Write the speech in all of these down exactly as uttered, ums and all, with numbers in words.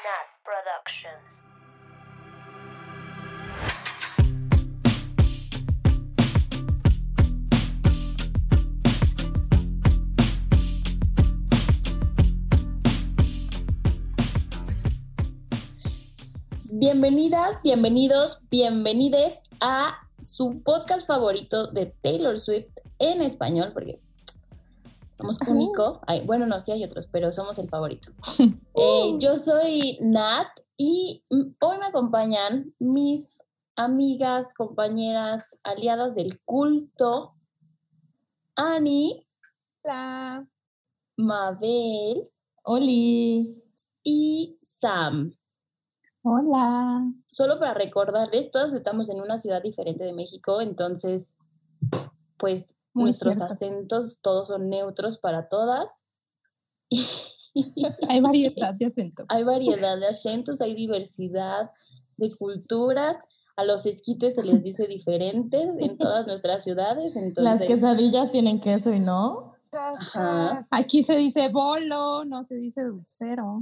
Nat Productions. Bienvenidas, bienvenidos, bienvenides a su podcast favorito de Taylor Swift en español, porque somos único. Ay, bueno, no, sí hay otros, pero somos el favorito. Eh, yo soy Nat y hoy me acompañan mis amigas, compañeras, aliadas del culto, Ani, Hola, Mabel, Oli, y Sam. hola. Solo para recordarles, todas estamos en una ciudad diferente de México, entonces, pues, Muy nuestros cierto. acentos todos son neutros para todas. Hay variedad de acentos. Hay variedad de acentos, hay diversidad de culturas. A los esquites se les dice diferente en todas nuestras ciudades, entonces... Las quesadillas tienen queso y no. Ajá. Aquí se dice bolo, no se dice dulcero.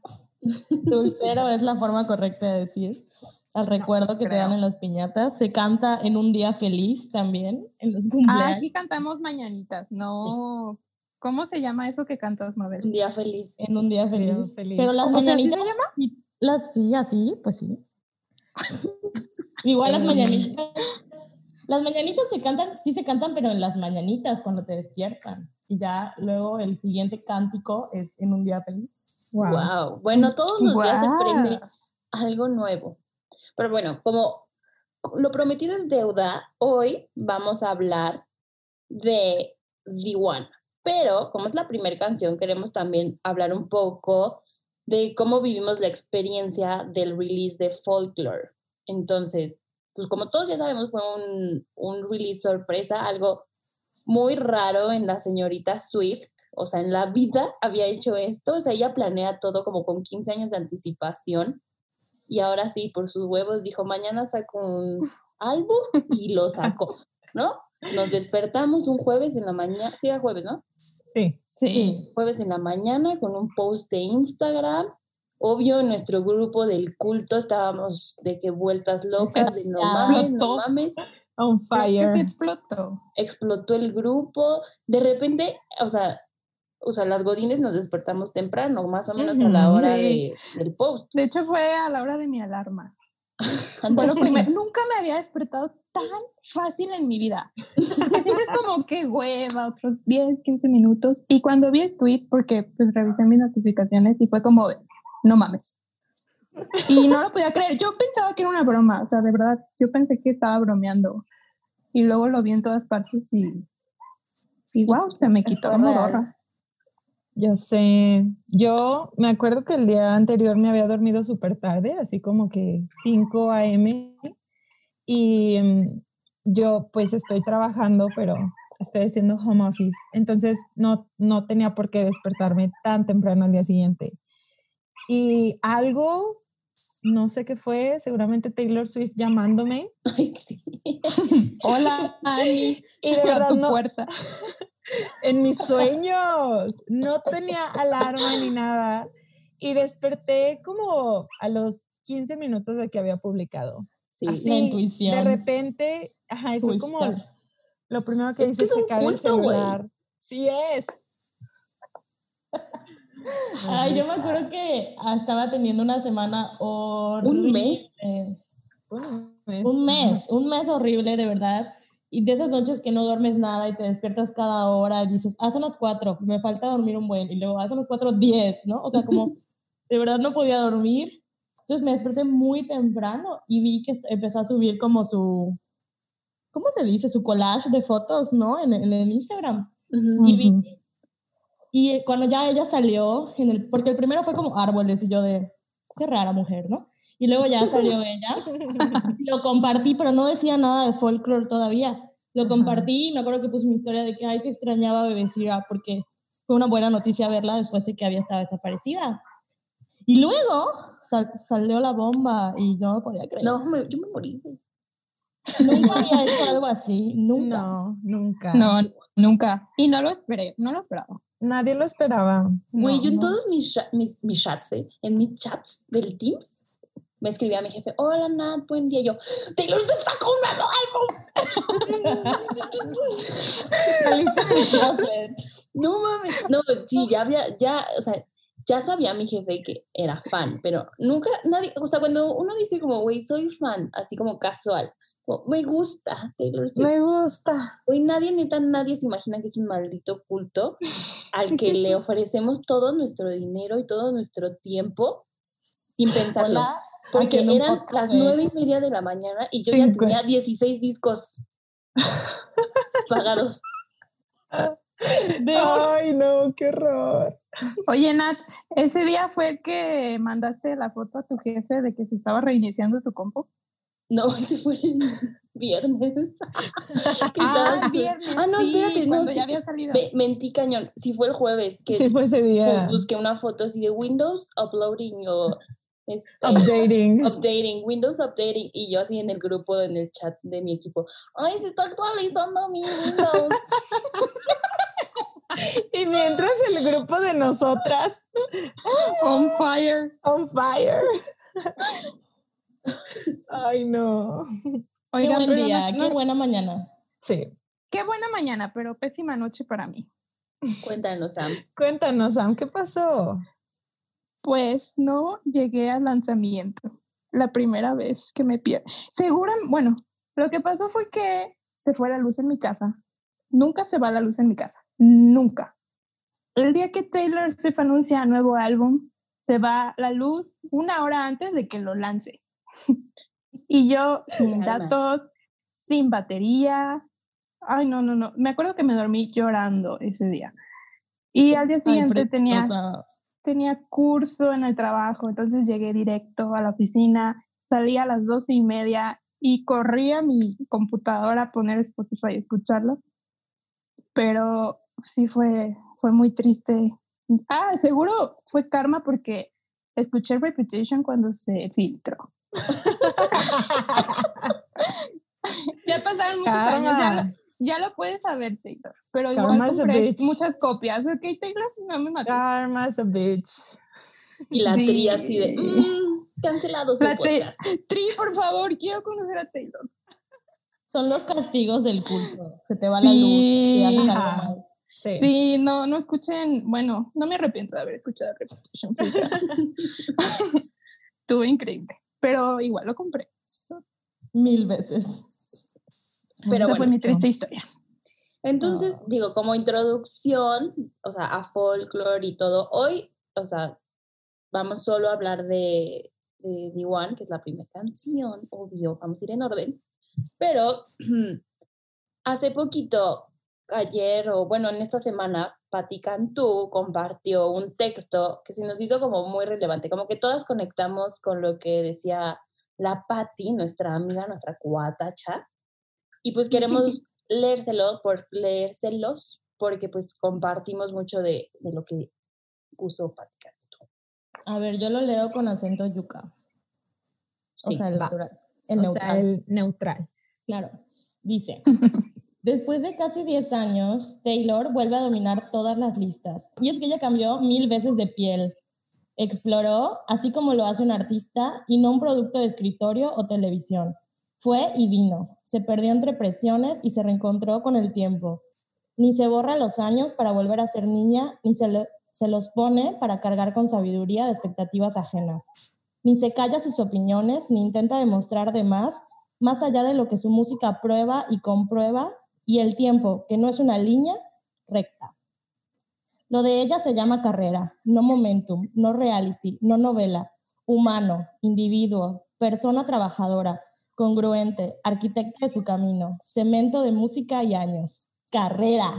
Dulcero es la forma correcta de decir. Al recuerdo que te dan en las piñatas. Se canta en un día feliz también, en los Ah, cumpleaños. aquí cantamos mañanitas, no. ¿Cómo se llama eso que cantas, Mabel? Un día feliz. En un día feliz. Día feliz. Pero las O sea, ¿así mañanitas... se llama? sí, las, sí, así, pues sí. Igual las mañanitas... Las mañanitas se cantan, sí se cantan, pero en las mañanitas cuando te despiertan. Y ya luego el siguiente cántico es en un día feliz. Wow. wow. Bueno, todos los Wow. días se aprende algo nuevo. Pero bueno, como lo prometido es deuda, hoy vamos a hablar de The One. Pero como es la primera canción, queremos también hablar un poco de cómo vivimos la experiencia del release de Folklore. Entonces, pues como todos ya sabemos, fue un, un release sorpresa, algo muy raro en la señorita Swift. O sea, en la vida había hecho esto. O sea, ella planea todo como con quince años de anticipación. Y ahora sí, por sus huevos, dijo, mañana saco un álbum y lo sacó, ¿no? Nos despertamos un jueves en la mañana. Sí, era jueves, ¿no? Sí. Sí. Jueves en la mañana con un post de Instagram. Obvio, en nuestro grupo del culto estábamos de que vueltas locas, de no mames, no mames. On fire. Se explotó. Explotó el grupo. De repente, o sea, o sea, las godines nos despertamos temprano, más o menos uh-huh, a la hora sí. de, del post. De hecho, fue a la hora de mi alarma. Fue lo primero. Nunca me había despertado tan fácil en mi vida. Porque siempre es como que hueva, otros diez, quince minutos. Y cuando vi el tweet, porque pues revisé mis notificaciones y fue como de, no mames. Y no lo podía creer. Yo pensaba que era una broma. O sea, de verdad, yo pensé que estaba bromeando. Y luego lo vi en todas partes y, y wow, se me quitó la modorra. Yo sé, yo me acuerdo que el día anterior me había dormido súper tarde, así como que cinco a eme, y um, yo pues estoy trabajando, pero estoy haciendo home office, entonces no, no tenía por qué despertarme tan temprano al día siguiente. Y algo, no sé qué fue, seguramente Taylor Swift llamándome. Ay, sí. Hola, Ani. Y de verdad a tu no... puerta. En mis sueños, no tenía alarma ni nada y desperté como a los quince minutos de que había publicado. Sí, así, la intuición. De repente, ajá, y fue como lo primero que es hice, que es checar culto, el celular. Wey. Sí es. Ay, yo me acuerdo que estaba teniendo una semana horrible. Un mes. Un mes. Un mes, un mes horrible, de verdad. Y de esas noches que no duermes nada y te despiertas cada hora y dices, ah, son las cuatro, me falta dormir un buen. Y luego, ah, son las cuatro diez, ¿no? O sea, como de verdad no podía dormir. Entonces me desperté muy temprano y vi que empezó a subir como su, ¿cómo se dice? Su collage de fotos, ¿no? En, en el Instagram. Uh-huh. Y vi, y cuando ya ella salió, en el, porque el primero fue como árboles y yo de, qué rara mujer, ¿no? Y luego ya salió ella, lo compartí, pero no decía nada de Folklore todavía. Lo compartí y me acuerdo que puse mi historia de que, ay, que extrañaba a Bebé Sira, porque fue una buena noticia verla después de que había estado desaparecida. Y luego sal, salió la bomba y yo no podía creer. No, me, yo me morí. Nunca había hecho algo así, nunca. No, nunca. No, nunca. Y no lo esperé, no lo esperaba. Nadie lo esperaba. Güey, No, yo en no. todos mis, mis, mis chats, ¿eh? En mis chats del Teams, me escribía a mi jefe, hola Nat, buen día. Y yo, Taylor Swift sacó un nuevo álbum. Saliste del closet. No mames. No, sí, ya había, ya, o sea, ya sabía mi jefe que era fan, pero nunca, nadie, o sea, cuando uno dice como, güey, soy fan, así como casual, como, me gusta Taylor Swift. Me gusta. Güey, nadie, neta, nadie se imagina que es un maldito culto al que le ofrecemos todo nuestro dinero y todo nuestro tiempo sin pensarlo. Hola, porque haciendo un eran podcast las de- nueve y media de la mañana y yo ya Cinco. tenía dieciséis discos pagados. de Ay, no, qué horror. Oye, Nat, ese día fue el que mandaste la foto a tu jefe de que se estaba reiniciando tu compu. No, ese fue el viernes. Que Ah, estabas- el viernes. Ah, no, sí, espérate, no, cuando sí, ya había salido. me- mentí cañón. Sí fue el jueves que Sí, fue ese día. busqué una foto así de Windows uploading o este, Updating. updating, Windows updating, y yo así en el grupo, en el chat de mi equipo, ay, se está actualizando mi Windows. Y mientras el grupo de nosotras, On fire. on fire. Ay, no. Qué Oigan, buen pero día, no- qué no- buena mañana. Sí. qué buena mañana, pero pésima noche para mí. Cuéntanos, Sam. Cuéntanos, Sam, ¿qué pasó? Pues no llegué al lanzamiento. La primera vez que me pierdo. Segura, bueno, lo que pasó fue que se fue la luz en mi casa. Nunca se va la luz en mi casa. Nunca. El día que Taylor Swift anuncia nuevo álbum, se va la luz una hora antes de que lo lance. Y yo sin Calma. datos, sin batería. Ay, no, no, no. Me acuerdo que me dormí llorando ese día. Y al día siguiente Ay, tenía, preciosa. tenía curso en el trabajo, entonces llegué directo a la oficina, salí a las doce y media y corrí a mi computadora a poner Spotify y escucharlo. Pero sí fue, fue muy triste. Ah, seguro fue karma porque escuché Reputation cuando se filtró. Ya pasaron muchos Karma. años, ya lo, ya lo puedes saber, Taylor. Pero igual Karma's a compré bitch. muchas copias, ¿ok, Taylor? No me mates. Karma's a bitch. Y la Sí. tri así de, "Mm, cancelado su La te- podcast. Tri, por favor, quiero conocer a Taylor. Son los castigos del culto. Se te va Sí. la luz y haces algo Ajá. mal. Sí. Sí, no, no escuchen, bueno, no me arrepiento de haber escuchado Reputation. Estuvo increíble, pero igual lo compré. Mil veces. Pero Esa bueno, fue mi triste historia. entonces, Oh. digo, como introducción, o sea, a folklore y todo, hoy, o sea, vamos solo a hablar de, de The One, que es la primera canción, obvio, vamos a ir en orden. Pero hace poquito, ayer o bueno, en esta semana, Patti Cantú compartió un texto que se nos hizo como muy relevante, como que todas conectamos con lo que decía la Patti, nuestra amiga, nuestra cuatacha, y pues queremos leérselo por leérselos porque pues compartimos mucho de, de lo que puso Patti Cantú. A ver, yo lo leo con acento yuca. Sí, o sea, el va. natural. El O neutral. sea, el neutral. Claro. Dice, después de casi diez años, Taylor vuelve a dominar todas las listas. Y es que ella cambió mil veces de piel. Exploró, así como lo hace un artista, y no un producto de escritorio o televisión. Fue y vino. Se perdió entre presiones y se reencontró con el tiempo. Ni se borra los años para volver a ser niña, ni se, le, se los pone para cargar con sabiduría de expectativas ajenas. Ni se calla sus opiniones, ni intenta demostrar de más, más allá de lo que su música prueba y comprueba, y el tiempo, que no es una línea recta. Lo de ella se llama carrera, no momentum, no reality, no novela, humano, individuo, persona trabajadora, congruente, arquitecta de su camino, cemento de música y años. Carrera.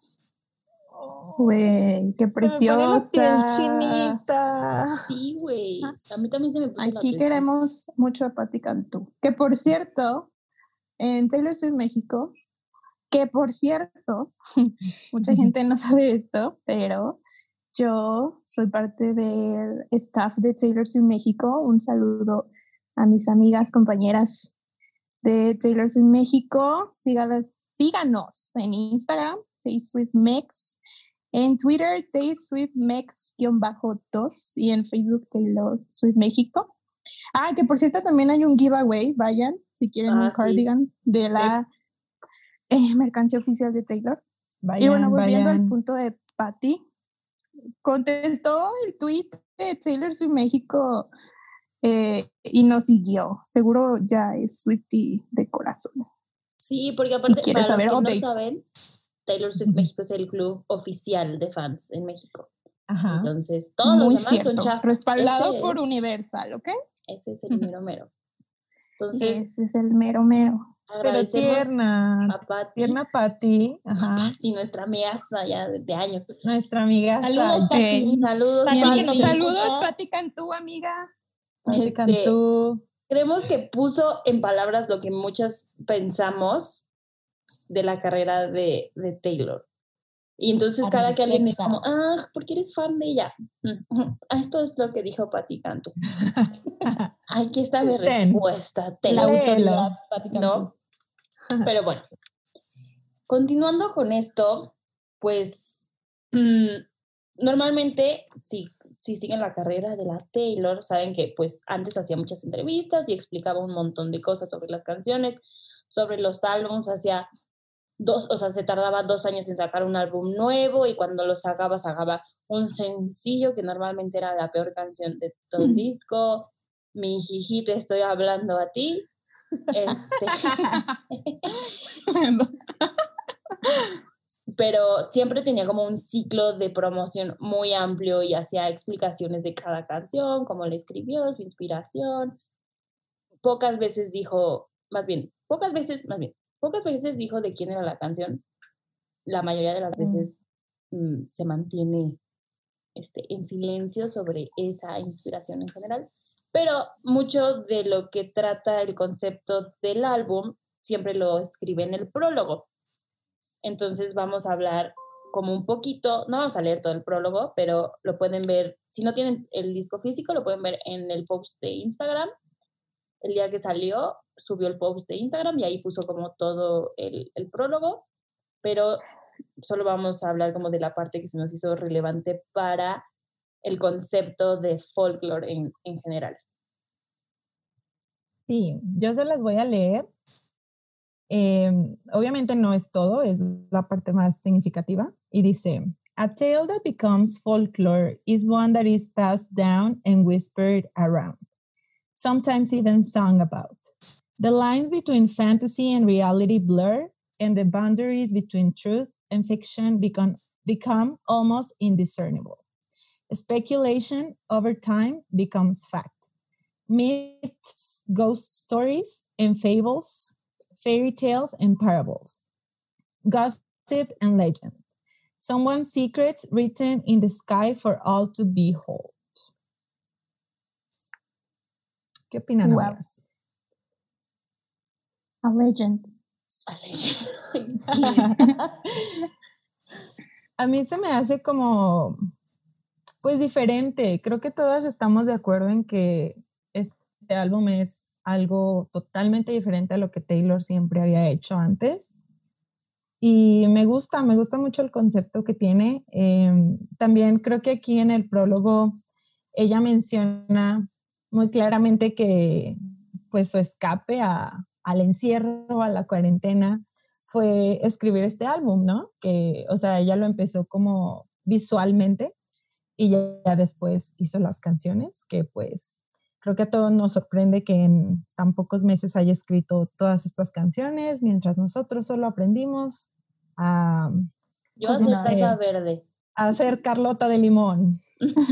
Güey, qué Se me pone la piel preciosa. chinita. Sí, güey. A mí también se me puso la Aquí piel queremos mucho a Patti Cantú. Que por cierto, en Taylor Swift México, que por cierto, mucha gente no sabe esto, pero yo soy parte del staff de Taylor Swift México. Un saludo a mis amigas, compañeras de Taylor Swift México. Sígalas, síganos en Instagram, Taylor Swift Mex. En Twitter, Taylor Swift Mex-dos y en Facebook Taylor Swift México. Ah, que por cierto también hay un giveaway, vayan, si quieren Ah, un cardigan sí. de la eh, mercancía oficial de Taylor. Vayan, Y bueno, volviendo vayan. al punto de Patty, contestó el tweet de Taylor Swift México eh, y nos siguió. Seguro ya es Swiftie de corazón. Sí, porque aparte, quiere para saber los que updates. no saben, Taylor Swift México es el club oficial de fans en México. Ajá. Entonces, todos Muy los demás cierto. son chafas. Respaldado Ese por es, Universal, ¿ok? Ese es el mero mero. Entonces, Ese es el mero mero. Pero agradecemos tierna, a Patty, tierna Patty, ajá, y nuestra amiga ya de, de años. nuestra amiga Saludos, Sa- Pati. Eh, Saludos, Mi amiga. Patty. Saludos, Pati Cantú, amiga. Pati Este, Cantú. Creemos que puso en palabras lo que muchas pensamos de la carrera de, de Taylor. Y entonces cada que alguien me dice como, ah, ¿por qué eres fan de ella? Esto es lo que dijo Pati Cantú. Aquí está mi Ten. respuesta. Ten. La Léelo. autoridad, Pati Cantú. ¿No? Pero bueno, continuando con esto, pues mmm, normalmente si, si siguen la carrera de la Taylor, saben que pues antes hacía muchas entrevistas y explicaba un montón de cosas sobre las canciones, sobre los álbumes, hacía dos, o sea, se tardaba dos años en sacar un álbum nuevo y cuando lo sacaba, sacaba un sencillo que normalmente era la peor canción de todo el disco. Mi jiji, te estoy hablando a ti. Este. Pero siempre tenía como un ciclo de promoción muy amplio y hacía explicaciones de cada canción, cómo la escribió, su inspiración. Pocas veces dijo, más bien, pocas veces, más bien, pocas veces dijo de quién era la canción. La mayoría de las veces mm, se mantiene este, en silencio sobre esa inspiración en general. Pero mucho de lo que trata el concepto del álbum siempre lo escribe en el prólogo. Entonces vamos a hablar como un poquito, no vamos a leer todo el prólogo, pero lo pueden ver, si no tienen el disco físico, lo pueden ver en el post de Instagram. El día que salió, subió el post de Instagram y ahí puso como todo el, el prólogo, pero solo vamos a hablar como de la parte que se nos hizo relevante para el concepto de folklore en, en general. Sí, yo se las voy a leer. Eh, obviamente no es todo, es la parte más significativa. Y dice, a tale that becomes folklore is one that is passed down and whispered around, sometimes even sung about. The lines between fantasy and reality blur, and the boundaries between truth and fiction become, become almost indiscernible. Speculation over time becomes fact. Myths, ghost stories, and fables, fairy tales and parables, gossip and legend, someone's secrets written in the sky for all to behold. ¿Qué opinan, Wow. amigas? A legend. A legend. A mí se me hace como, pues diferente. Creo que todas estamos de acuerdo en que este álbum es algo totalmente diferente a lo que Taylor siempre había hecho antes. Y me gusta, me gusta mucho el concepto que tiene. Eh, también creo que aquí en el prólogo ella menciona muy claramente que pues su escape a, al encierro, a la cuarentena, fue escribir este álbum, ¿no? Que, o sea, ella lo empezó como visualmente y ya, ya después hizo las canciones, que pues creo que a todos nos sorprende que en tan pocos meses haya escrito todas estas canciones, mientras nosotros solo aprendimos a, Yo a hacer salsa verde. A hacer Carlota de limón.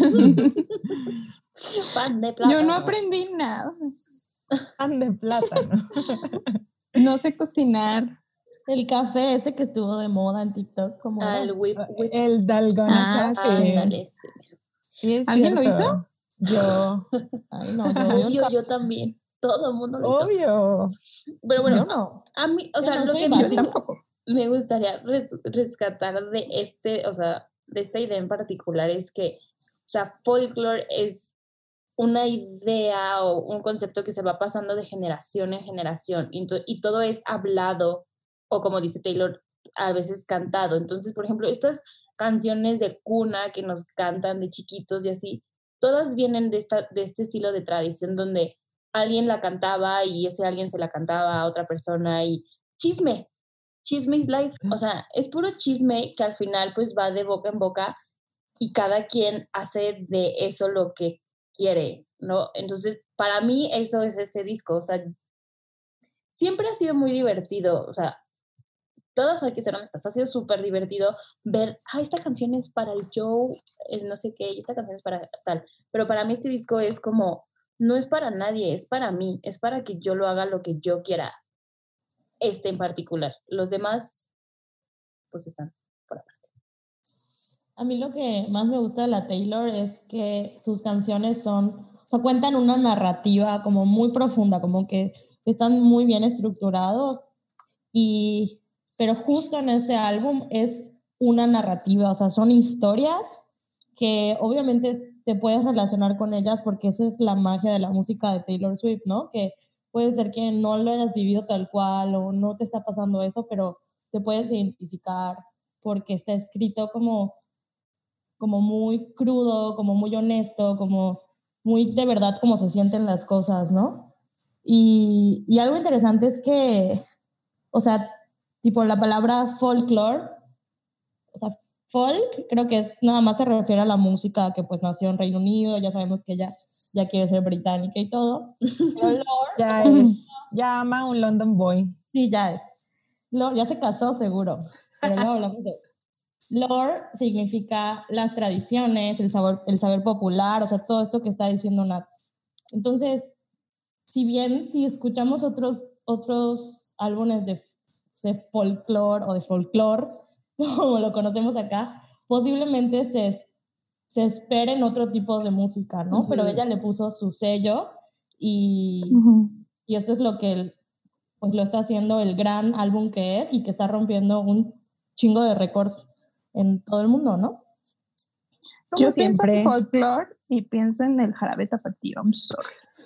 Pan de plátano. Yo no aprendí nada. Pan de plátano. No sé cocinar. El café ese que estuvo de moda en TikTok, como el whip, whip. El Dalgona ah, Ándale, sí. Sí, es ¿Alguien cierto. lo hizo? Yo. Ay, no, yo, Obvio, yo, yo también. Todo el mundo lo Obvio. hizo. Pero bueno, yo no. a mí, o Yo sea, no lo soy que básica. me, me gustaría res, rescatar de este, o sea, de esta idea en particular es que, o sea, folklore es una idea o un concepto que se va pasando de generación en generación y, to, y todo es hablado o como dice Taylor, a veces cantado. Entonces, por ejemplo, estas canciones de cuna que nos cantan de chiquitos y así, todas vienen de, esta, de este estilo de tradición donde alguien la cantaba y ese alguien se la cantaba a otra persona y chisme, chisme is life, o sea, es puro chisme que al final pues va de boca en boca y cada quien hace de eso lo que quiere, ¿no? Entonces, para mí eso es este disco, o sea, siempre ha sido muy divertido, o sea, todas hay que ser honestas, ha sido súper divertido ver, ah, esta canción es para el Joe, el no sé qué, y esta canción es para tal, pero para mí este disco es como, no es para nadie, es para mí, es para que yo lo haga lo que yo quiera, este en particular, los demás, pues están por aparte. A mí lo que más me gusta de la Taylor es que sus canciones son, o sea, cuentan una narrativa como muy profunda, como que están muy bien estructurados y pero justo en este álbum es una narrativa, o sea, son historias que obviamente te puedes relacionar con ellas porque esa es la magia de la música de Taylor Swift, ¿no? Que puede ser que no lo hayas vivido tal cual o no te está pasando eso, pero te puedes identificar porque está escrito como, como muy crudo, como muy honesto, como muy de verdad como se sienten las cosas, ¿no? Y, y algo interesante es que, o sea, tipo la palabra folklore, o sea, folk creo que es, nada más se refiere a la música que pues nació en Reino Unido, ya sabemos que ella ya quiere ser británica y todo, pero lore, ya o sea, es, ya ama un London boy. Sí, ya es. Lore, ya se casó seguro, pero luego hablamos de lore significa las tradiciones, el saber, el saber popular, o sea, todo esto que está diciendo Nat. Entonces, si bien si escuchamos otros, otros álbumes de, de folklore o de folklore, como lo conocemos acá, posiblemente se, se esperen otro tipo de música, ¿no? Uh-huh. Pero ella le puso su sello y, uh-huh. y eso es lo que pues, lo está haciendo el gran álbum que es y que está rompiendo un chingo de récords en todo el mundo, ¿no? Como Yo siempre... pienso en folklore y pienso en el jarabe tapatío, I'm sorry.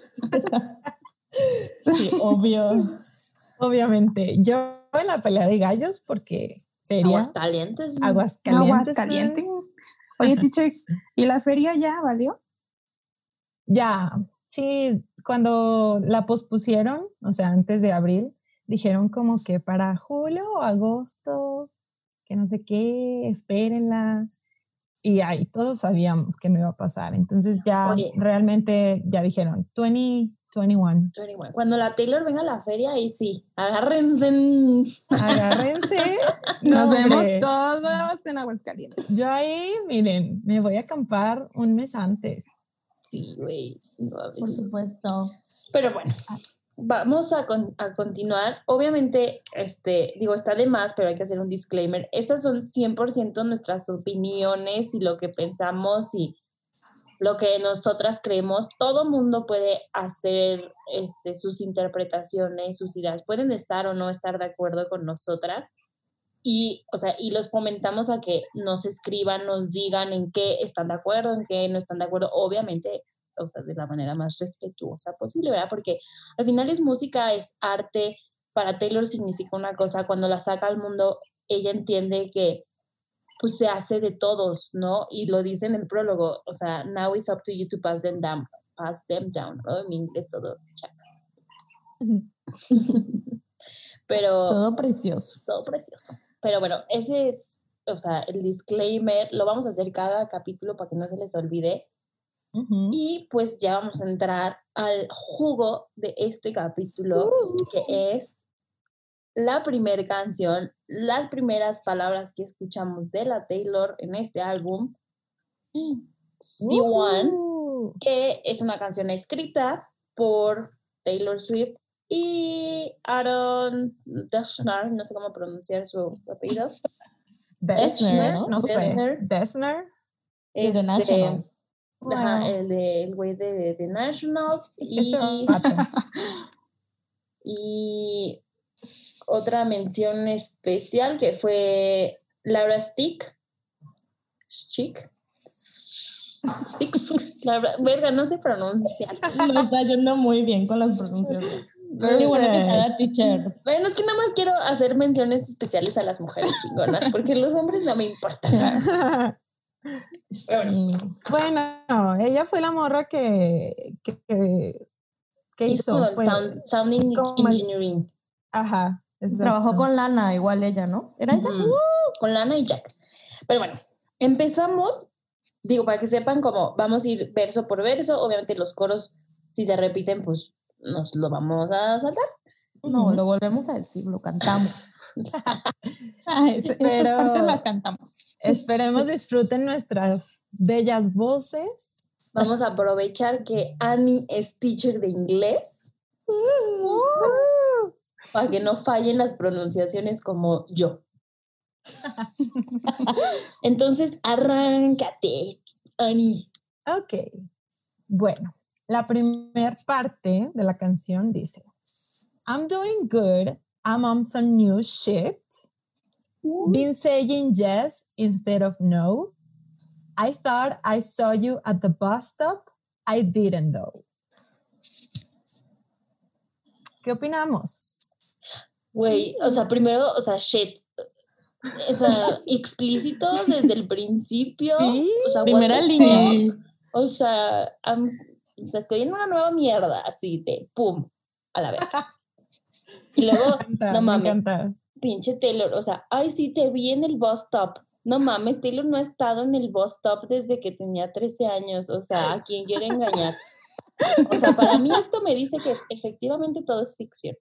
Sí, obvio. Obviamente. Yo en la pelea de gallos porque feria. Aguascalientes. Aguascalientes. Aguascalientes. Oye, teacher, ¿y la feria ya valió? Ya, sí, cuando la pospusieron, o sea, antes de abril, dijeron como que para julio o agosto, que no sé qué, espérenla. Y ahí todos sabíamos que no iba a pasar. Entonces ya Oye, realmente ya dijeron veinte veintiuno. veintiuno. Cuando la Taylor venga a la feria, ahí sí, agárrense. Agárrense. Nos no, vemos hombre. Todos en Aguascalientes. Yo ahí, miren, me voy a acampar un mes antes. Sí, güey. No, por supuesto. Pero bueno, vamos a, con, a continuar. Obviamente, este, digo, está de más, pero hay que hacer un disclaimer. Estas son cien por ciento nuestras opiniones y lo que pensamos y lo que nosotras creemos. Todo mundo puede hacer este, sus interpretaciones, sus ideas. Pueden estar o no estar de acuerdo con nosotras. Y, o sea, y los fomentamos a que nos escriban, nos digan en qué están de acuerdo, en qué no están de acuerdo. Obviamente, o sea, de la manera más respetuosa posible, ¿verdad? Porque al final es música, es arte. Para Taylor significa una cosa. Cuando la saca al mundo, ella entiende que pues se hace de todos, ¿no? Y lo dice en el prólogo, o sea, now it's up to you to pass them down, pass them down, ¿no? En inglés todo chaca. Pero... Todo precioso. Todo precioso. Pero bueno, ese es, o sea, el disclaimer, lo vamos a hacer cada capítulo para que no se les olvide. Uh-huh. Y pues ya vamos a entrar al jugo de este capítulo, uh-huh. que es la primera canción, las primeras palabras que escuchamos de la Taylor en este álbum, uh-huh. The One, que es una canción escrita por Taylor Swift y Aaron Dessner, no sé cómo pronunciar su apellido. Dessner, no sé. Dessner. Es de National. Ajá, wow. El de el güey de, de National y, y otra mención especial que fue Laura Stick. Stick. Six. Laura, verga, no sé pronunciar. No está yendo muy bien con las pronunciaciones. Qué buena invitada, teacher. Bueno, es que nada más quiero hacer menciones especiales a las mujeres chingonas, porque los hombres no me importan. Bueno. bueno, ella fue la morra que, que, que, que hizo. hizo fue, sound, sounding engineering. El, ajá. Exacto. Trabajó con Lana, igual ella, ¿no? ¿Era ella? Uh-huh. Uh, con Lana y Jack. Pero bueno, empezamos, digo, para que sepan cómo vamos a ir verso por verso. Obviamente los coros, si se repiten, pues nos lo vamos a saltar. No, uh-huh. Lo volvemos a decir, lo cantamos. ah, es, Pero esas partes las cantamos. Esperemos disfruten nuestras bellas voces. Vamos a aprovechar que Annie es teacher de inglés. Uh-huh. Para que no fallen las pronunciaciones como yo. Entonces, arráncate, Annie. Ok. Bueno, la primera parte de la canción dice: I'm doing good. I'm on some new shit. Mm. Been saying yes instead of no. I thought I saw you at the bus stop. I didn't though. ¿Qué opinamos? Güey, o sea, primero, o sea, shit. O sea, explícito desde el principio. ¿Sí? O sea, primera línea. O sea, I'm, o sea, estoy en una nueva mierda, así de pum, a la vez. Y luego, encanta, no mames, pinche Taylor, o sea, ay, sí, te vi en el bus stop. No mames, Taylor no ha estado en el bus stop desde que tenía trece años. O sea, ¿a quién quiere engañar? O sea, para mí esto me dice que efectivamente todo es ficción.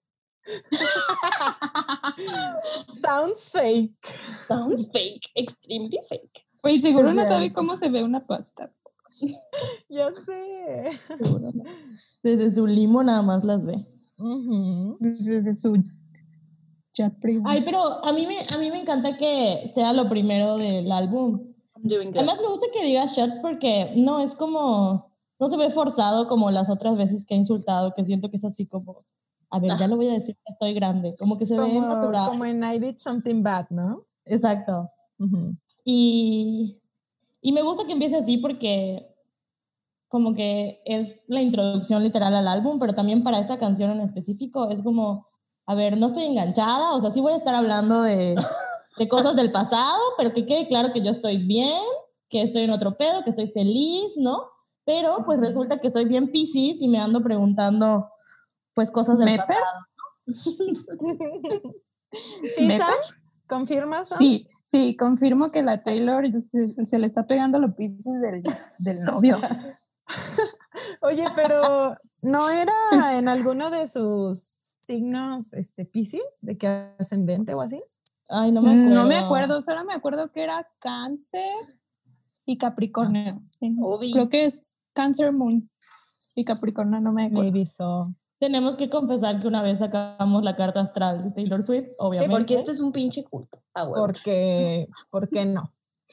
Sounds fake. Sounds fake, extremely fake. Oye, seguro no sabe cómo se ve una pasta. Ya sé. Desde su limo nada más las ve. Uh-huh. Desde su chat privado. Ay, pero a mí, me, a mí me encanta que sea lo primero del álbum. Además me gusta que diga shot porque no es como, no se ve forzado como las otras veces que he insultado, que siento que es así como, a ver, ah. ya lo voy a decir, estoy grande, como que se como, ve natural. Como en I Did Something Bad, ¿no? Exacto. Uh-huh. Y, y me gusta que empiece así porque como que es la introducción literal al álbum, pero también para esta canción en específico es como, a ver, no estoy enganchada, o sea, sí voy a estar hablando de, de cosas del pasado, pero que quede claro que yo estoy bien, que estoy en otro pedo, que estoy feliz, ¿no? Pero pues resulta que soy bien Piscis y me ando preguntando pues cosas del ¿Meper? pasado. ¿Sí, Sam? ¿Confirmas? Sam? Sí, sí, confirmo que la Taylor se, se le está pegando los Piscis del, del novio. Oye, pero ¿no era en alguno de sus signos este, Piscis? ¿De qué ascendente o así? Ay, no me acuerdo. No me acuerdo, solo me acuerdo que era Cáncer y Capricornio. Ah, creo que es Cáncer Moon y Capricornio, no me acuerdo. Maybe so. Tenemos que confesar que una vez sacamos la carta astral de Taylor Swift, obviamente. Sí, porque esto es un pinche culto. Ah, bueno. Porque, ¿por qué no?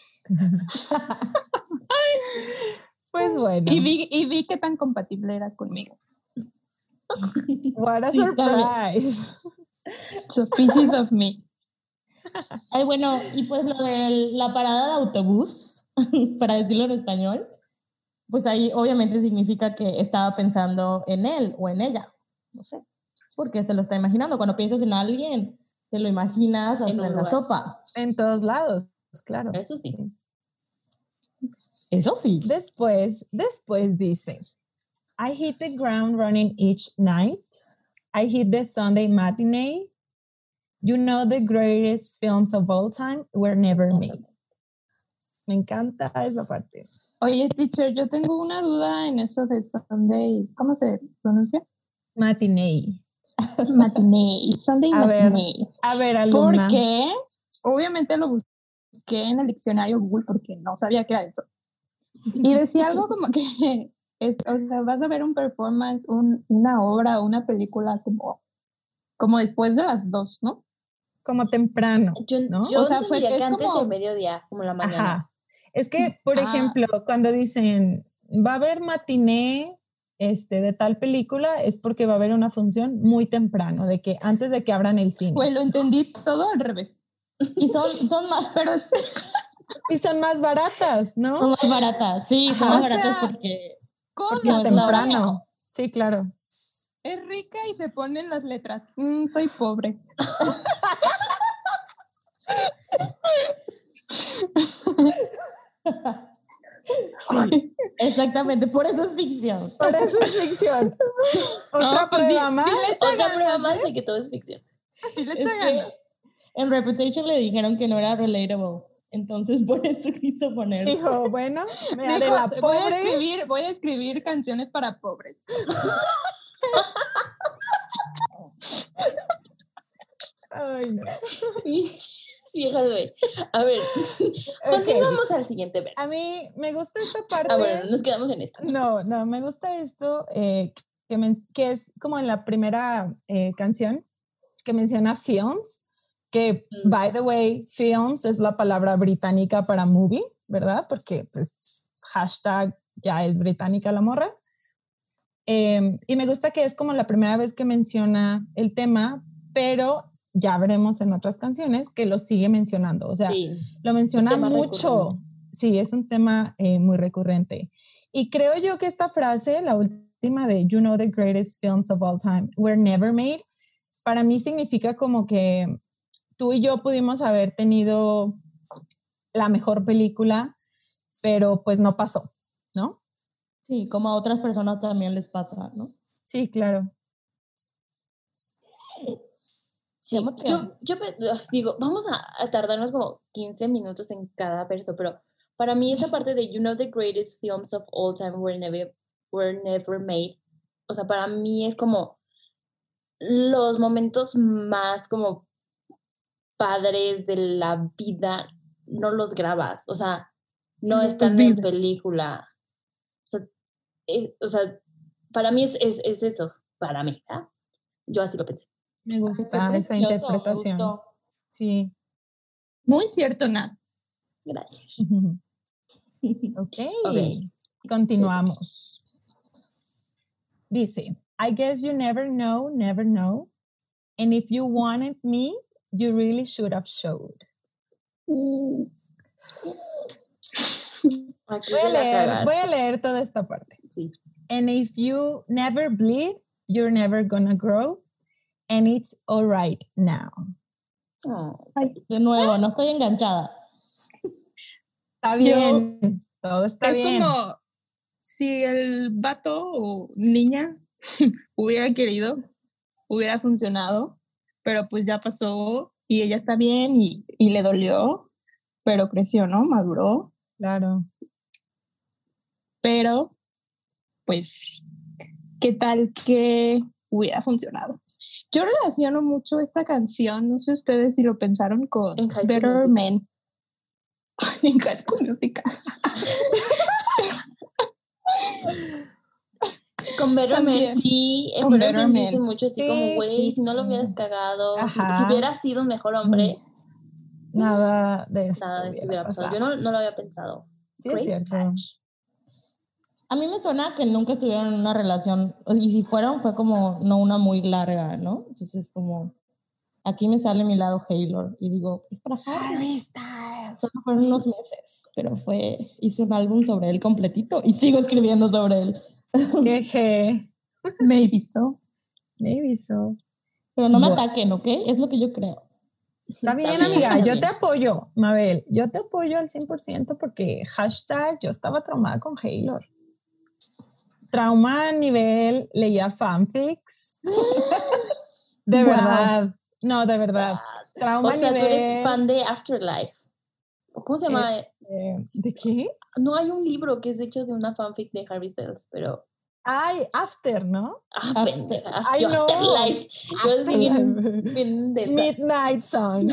Pues bueno. Y vi, y vi qué tan compatible era conmigo. What a Sí, surprise. So pieces of me. Ay, bueno, y pues lo de la parada de autobús, para decirlo en español, pues ahí obviamente significa que estaba pensando en él o en ella, no sé, porque se lo está imaginando. Cuando piensas en alguien, te lo imaginas hasta en, en la sopa. En todos lados, claro. Eso sí. sí. Eso sí. Después, después dice, I hit the ground running each night. I hit the Sunday matinee. You know the greatest films of all time were never made. Me encanta esa parte. Oye, teacher, yo tengo una duda en eso de Sunday. ¿Cómo se pronuncia? Matinee. Matinee. Sunday a matinee. Ver, a ver, alumna. Porque obviamente lo busqué en el diccionario Google porque no sabía qué era eso. Y decía algo como que es, o sea, vas a ver un performance, un, una obra o una película como, como después de las dos, ¿no? Como temprano, yo, ¿no? Yo o sea, fue que es antes como... de mediodía, como la mañana. Ajá. Es que, por ah. ejemplo, cuando dicen va a haber matiné este, de tal película, es porque va a haber una función muy temprano, de que antes de que abran el cine. Pues lo entendí todo al revés. Y son, son más... Pero y son más baratas, ¿no? Son más baratas, sí, son Ajá. más baratas porque... ¿Cómo? Porque es temprano. Sí, claro. es rica y se ponen las letras. Mm, soy pobre. Sí, exactamente, por eso es ficción. Por eso es ficción. Otra No, pues prueba sí, más. sí le echa Otra ganas, prueba más ¿eh? de que todo es ficción. Sí le Es echa que ganas. en Reputation le dijeron que no era relatable, entonces por eso quiso poner. Dijo, bueno, me haré Dijo, la voy a pobre. escribir, voy a escribir canciones para pobres. Ay, no. Viejas, güey. A ver, Ok. continuamos al siguiente verso. A mí me gusta esta parte. Ah, bueno, nos quedamos en esto. No, no, me gusta esto eh, que, men- que es como en la primera eh, canción que menciona films, que, Mm. by the way, films es la palabra británica para movie, ¿verdad? Porque, pues, hashtag ya es británica la morra. Eh, y me gusta que es como la primera vez que menciona el tema, pero ya veremos en otras canciones que lo sigue mencionando. O sea, Sí, lo menciona es un tema mucho. recurrente. Sí, es un tema eh, muy recurrente. Y creo yo que esta frase, la última de You know the greatest films of all time were never made, para mí significa como que tú y yo pudimos haber tenido la mejor película, pero pues no pasó, ¿no? Sí, como a otras personas también les pasa, ¿no? Sí, claro. Sí, yo, yo me- digo, vamos a, a tardarnos como quince minutos en cada verso, pero para mí esa parte de You know the greatest films of all time were never, were never made, o sea, para mí es como los momentos más como padres de la vida, no los grabas, o sea, no No están los en vives. película. O sea, es- o sea, para mí es, es, es eso, para mí, ¿ah? Yo así lo pensé. Me gusta Fue esa precioso, me interpretación. gustó. Sí. Muy cierto, Nat. Gracias. Ok. Ok. Continuamos. Dice, I guess you never know, never know. And if you wanted me, you really should have showed. Aquí Voy a se la leer, cagaste. voy a leer toda esta parte. Sí. And if you never bleed, you're never gonna grow. And it's all right now. Oh. De nuevo, no estoy enganchada. Está bien, todo está Es bien. como si el vato o niña hubiera querido, hubiera funcionado, pero pues ya pasó y ella está bien y, y le dolió, pero creció, ¿no? Maduró, Claro. pero pues, ¿qué tal que hubiera funcionado? Yo relaciono mucho esta canción, no sé ustedes si lo pensaron, con En High School Better Musical. Men. En High School Musical. Con Better Men, También. sí, en Con Better Better Men Men. dice mucho así Sí, como, güey, sí, si no lo sí. hubieras cagado, si, Ajá. si hubieras sido un mejor hombre, Nada de esto nada de esto hubiera pasado. pasado. Yo no, no lo había pensado. Sí, es Great cierto. catch. A mí me suena que nunca estuvieron en una relación, y si fueron fue como no una muy larga, ¿no? Entonces como, aquí me sale mi lado Haylor y digo, es para Harry. Harry Styles. Solo fueron unos meses, pero fue, hice un álbum sobre él completito y sigo escribiendo sobre él. Jeje. Maybe so. Maybe so. Pero no me Bueno. ataquen, ¿ok? Es lo que yo creo. Está bien, Está bien, amiga, está yo bien. te apoyo, Mabel, yo te apoyo al cien por ciento porque hashtag yo estaba traumada con Haylor. Trauma a nivel, leía fanfics. De Wow. verdad, no, de verdad. Trauma O sea, a tú eres nivel... fan de Afterlife. ¿Cómo se llama? eh, ¿De qué? No hay un libro que es hecho de una fanfic de Harry Styles, pero... Ay, After, ¿no? Ah, After. pendeja. Ay, Yo, no. Afterlife. Yo así bien, Afterlife. bien densa. Midnight Song.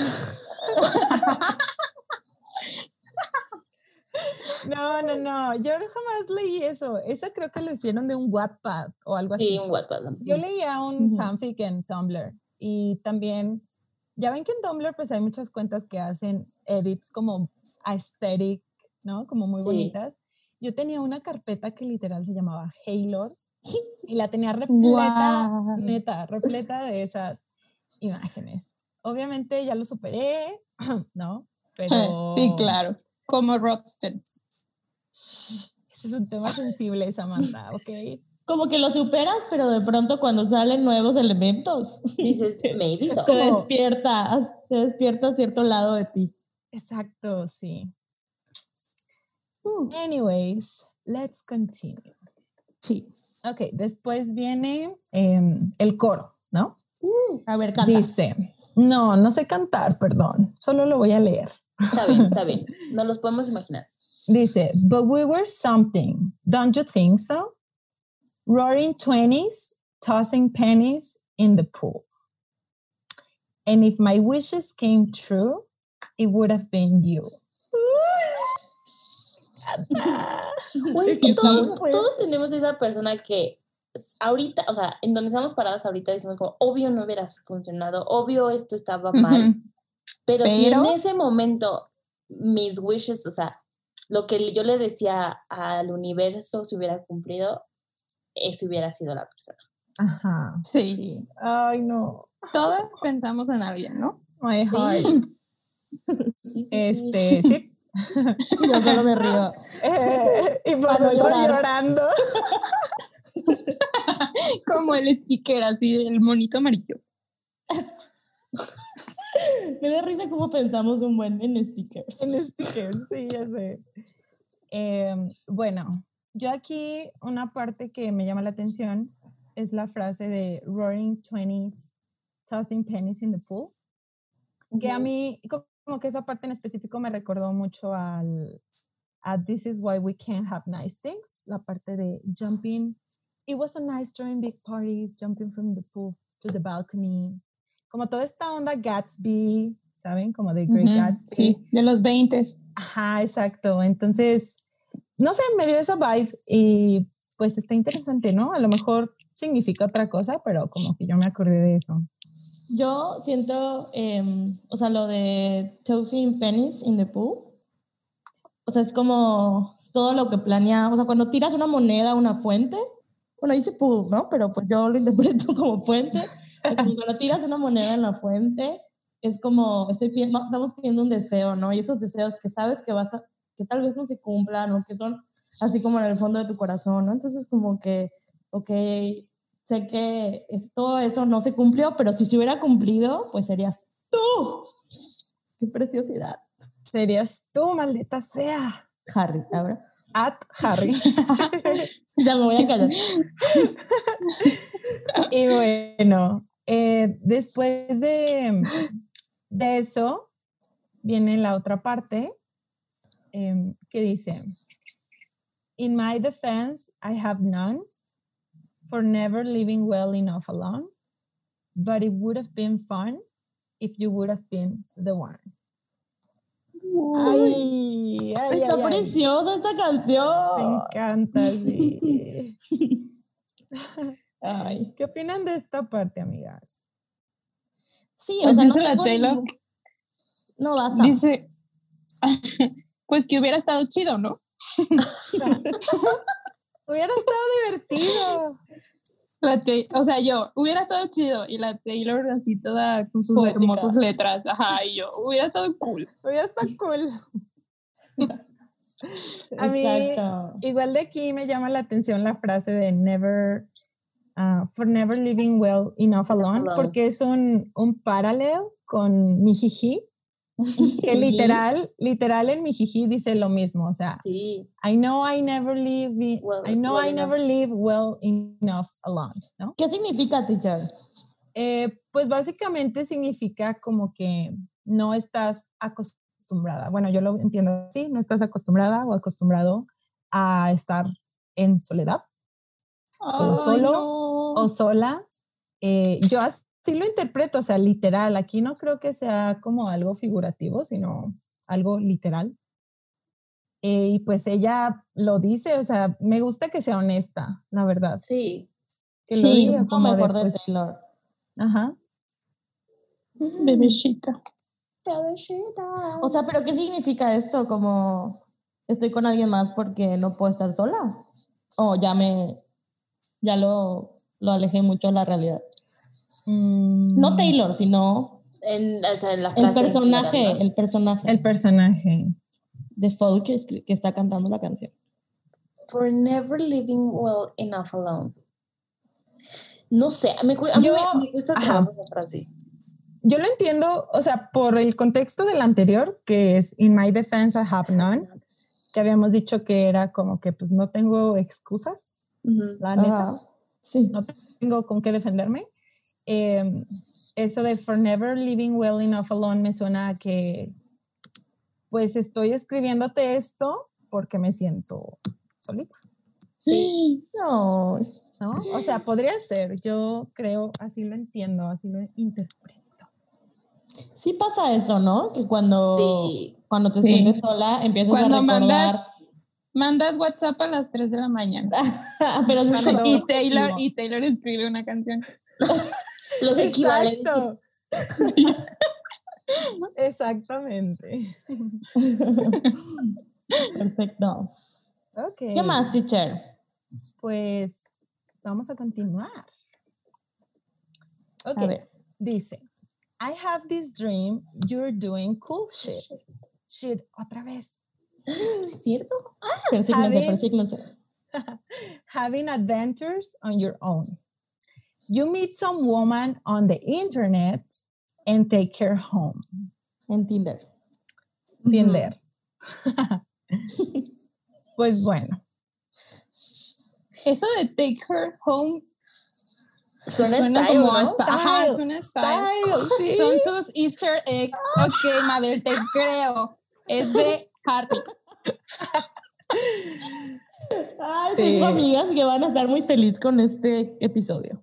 No, no, no, yo jamás leí eso. Esa creo que lo hicieron de un Wattpad o algo así. Sí, un Wattpad. Yo leía un Ujú. fanfic en Tumblr y también, ya ven que en Tumblr pues hay muchas cuentas que hacen edits como aesthetic, ¿no? Como muy Sí. bonitas. Yo tenía una carpeta que literal se llamaba Haylor y la tenía repleta, Wow. neta, repleta de esas imágenes. Obviamente ya lo superé, ¿no? Pero... Sí, claro. Como Robster. Ese es un tema sensible, Samantha, ¿ok? como que lo superas, pero de pronto cuando salen nuevos elementos, dices, maybe so. te despiertas, te despierta cierto lado de ti. Exacto, sí. Anyways, let's continue. Sí. Ok, después viene eh, el coro, ¿no? Uh, a ver, canta. Dice, no, no sé cantar, perdón, solo lo voy a leer. Está bien, está bien, no los podemos imaginar. Dice, but we were something, don't you think so? Roaring twenties, tossing pennies in the pool. And if my wishes came true, it would have been you. Pues es que todos, todos tenemos esa persona que ahorita, o sea, en donde estamos paradas ahorita decimos como, obvio no hubiera funcionado, obvio esto estaba mal, uh-huh. pero, pero si en ese momento mis wishes, o sea, lo que yo le decía al universo se hubiera cumplido, ese hubiera sido la persona. Ajá. Sí. sí. Ay, no. Todas pensamos en alguien, ¿no? My sí. heart. Sí, sí, este, sí. sí. Yo solo me río. Eh, y por no llorar. llorando. Como el sticker así del monito amarillo. Me da risa cómo pensamos un buen en stickers. En stickers, sí, ya sé. Eh, bueno, yo aquí una parte que me llama la atención es la frase de roaring twenties, tossing pennies in the pool. Uh-huh. Que a mí, como que esa parte en específico me recordó mucho al a This is why we can't have nice things, la parte de jumping. It was so nice during big parties, jumping from the pool to the balcony. Como toda esta onda Gatsby, ¿saben? Como de Great uh-huh, Gatsby. Sí, de los veintes. Ajá, exacto. Entonces, no sé, me dio esa vibe y pues está interesante, ¿no? A lo mejor significa otra cosa, pero como que yo me acordé de eso. Yo siento, eh, o sea, lo de tossing pennies in the pool, o sea, es como todo lo que planeamos, o sea, cuando tiras una moneda a una fuente, bueno, dice pool, ¿no? Pero pues yo lo interpreto como fuente. Cuando tiras una moneda en la fuente, es como, estoy pidiendo, estamos pidiendo un deseo, ¿no? Y esos deseos que sabes que vas a, que tal vez no se cumplan, o que son así como en el fondo de tu corazón, ¿no? Entonces como que, ok, sé que es, todo eso no se cumplió, pero si se hubiera cumplido, pues serías tú. ¡Qué preciosidad! Serías tú, maldita sea. Harry, ¿ahora? At Harry. Ya me voy a callar. Y bueno, eh, después de, de eso, viene la otra parte eh, que dice, in my defense, I have none for never living well enough alone, but it would have been fun if you would have been the one. Ay, ay, está ay, preciosa ay. esta canción. Me encanta, sí. Ay. ¿Qué opinan de esta parte, amigas? Sí, pues o sea, dice no la Taylor. Ningún... No vas a. Dice, pues que hubiera estado chido, ¿no? Hubiera estado divertido. La o sea, yo, hubiera estado chido. Y la Taylor así toda con sus Poética. Hermosas letras. Ajá, y yo, hubiera estado cool. Hubiera estado cool. A mí, exacto. Igual de aquí me llama la atención la frase de never, uh, for never living well enough alone, alone. Porque es un, un paralelo con mi jiji, que literal, literal en mi jiji dice lo mismo, o sea, sí. I know I never live, well, I know well I enough. never live well enough alone, ¿no? ¿Qué significa, teacher? Eh, pues básicamente significa como que no estás acostumbrada, bueno, yo lo entiendo así, no estás acostumbrada o acostumbrado a estar en soledad, Ay, o solo, no. o sola. Eh, yo así lo interpreto, o sea, literal, aquí no creo que sea como algo figurativo, sino algo literal. Eh, y pues ella lo dice, o sea, me gusta que sea honesta, la verdad. Sí. Que sí, lo diga como como mejor de, de pues, Taylor. Ajá. Bebecita. Bebecita. O sea, ¿pero qué significa esto? Como estoy con alguien más porque no puedo estar sola. O ya me, ya lo, lo alejé mucho de la realidad. Mm. No Taylor, sino en, o sea, en la el frase personaje, general, ¿no? el personaje. El personaje. De folk que, que está cantando la canción. For never living well enough alone. No sé, me, a Yo, mí me, me gusta trabajar esa frase. Yo lo entiendo, o sea, por el contexto del anterior, que es In my defense I have none, que habíamos dicho que era como que pues no tengo excusas, uh-huh. la neta, uh, sí. no tengo con qué defenderme. Eh, eso de for never living well enough alone me suena a que pues estoy escribiéndote esto porque me siento solita. Sí. No, ¿no? O sea, podría ser, yo creo, así lo entiendo, así lo interpreto. Sí pasa eso, ¿no? Que cuando, sí. cuando te sí. sientes sola empiezas cuando a recordar... Mandas, mandas WhatsApp a las tres de la mañana. Pero es cuando, y, Taylor, y Taylor escribe una canción. Los equivalentes. Exactamente. Perfecto. Okay. ¿Qué más, teacher? Pues vamos a continuar. Ok, a ver. Dice, I have this dream you're doing cool shit. Shit, otra vez. ¿Es cierto? Ah, persígnense, persígnense. Having adventures on your own. You meet some woman on the internet and take her home. En Tinder. Tinder. Pues bueno. Eso de take her home suena, suena style, como ¿no? hasta, Style, ajá, suena style. style sí. Son sus Easter eggs. Ok, Mabel, te creo. Es de Harry. Ay, sí. Tengo amigas que van a estar muy felices con este episodio.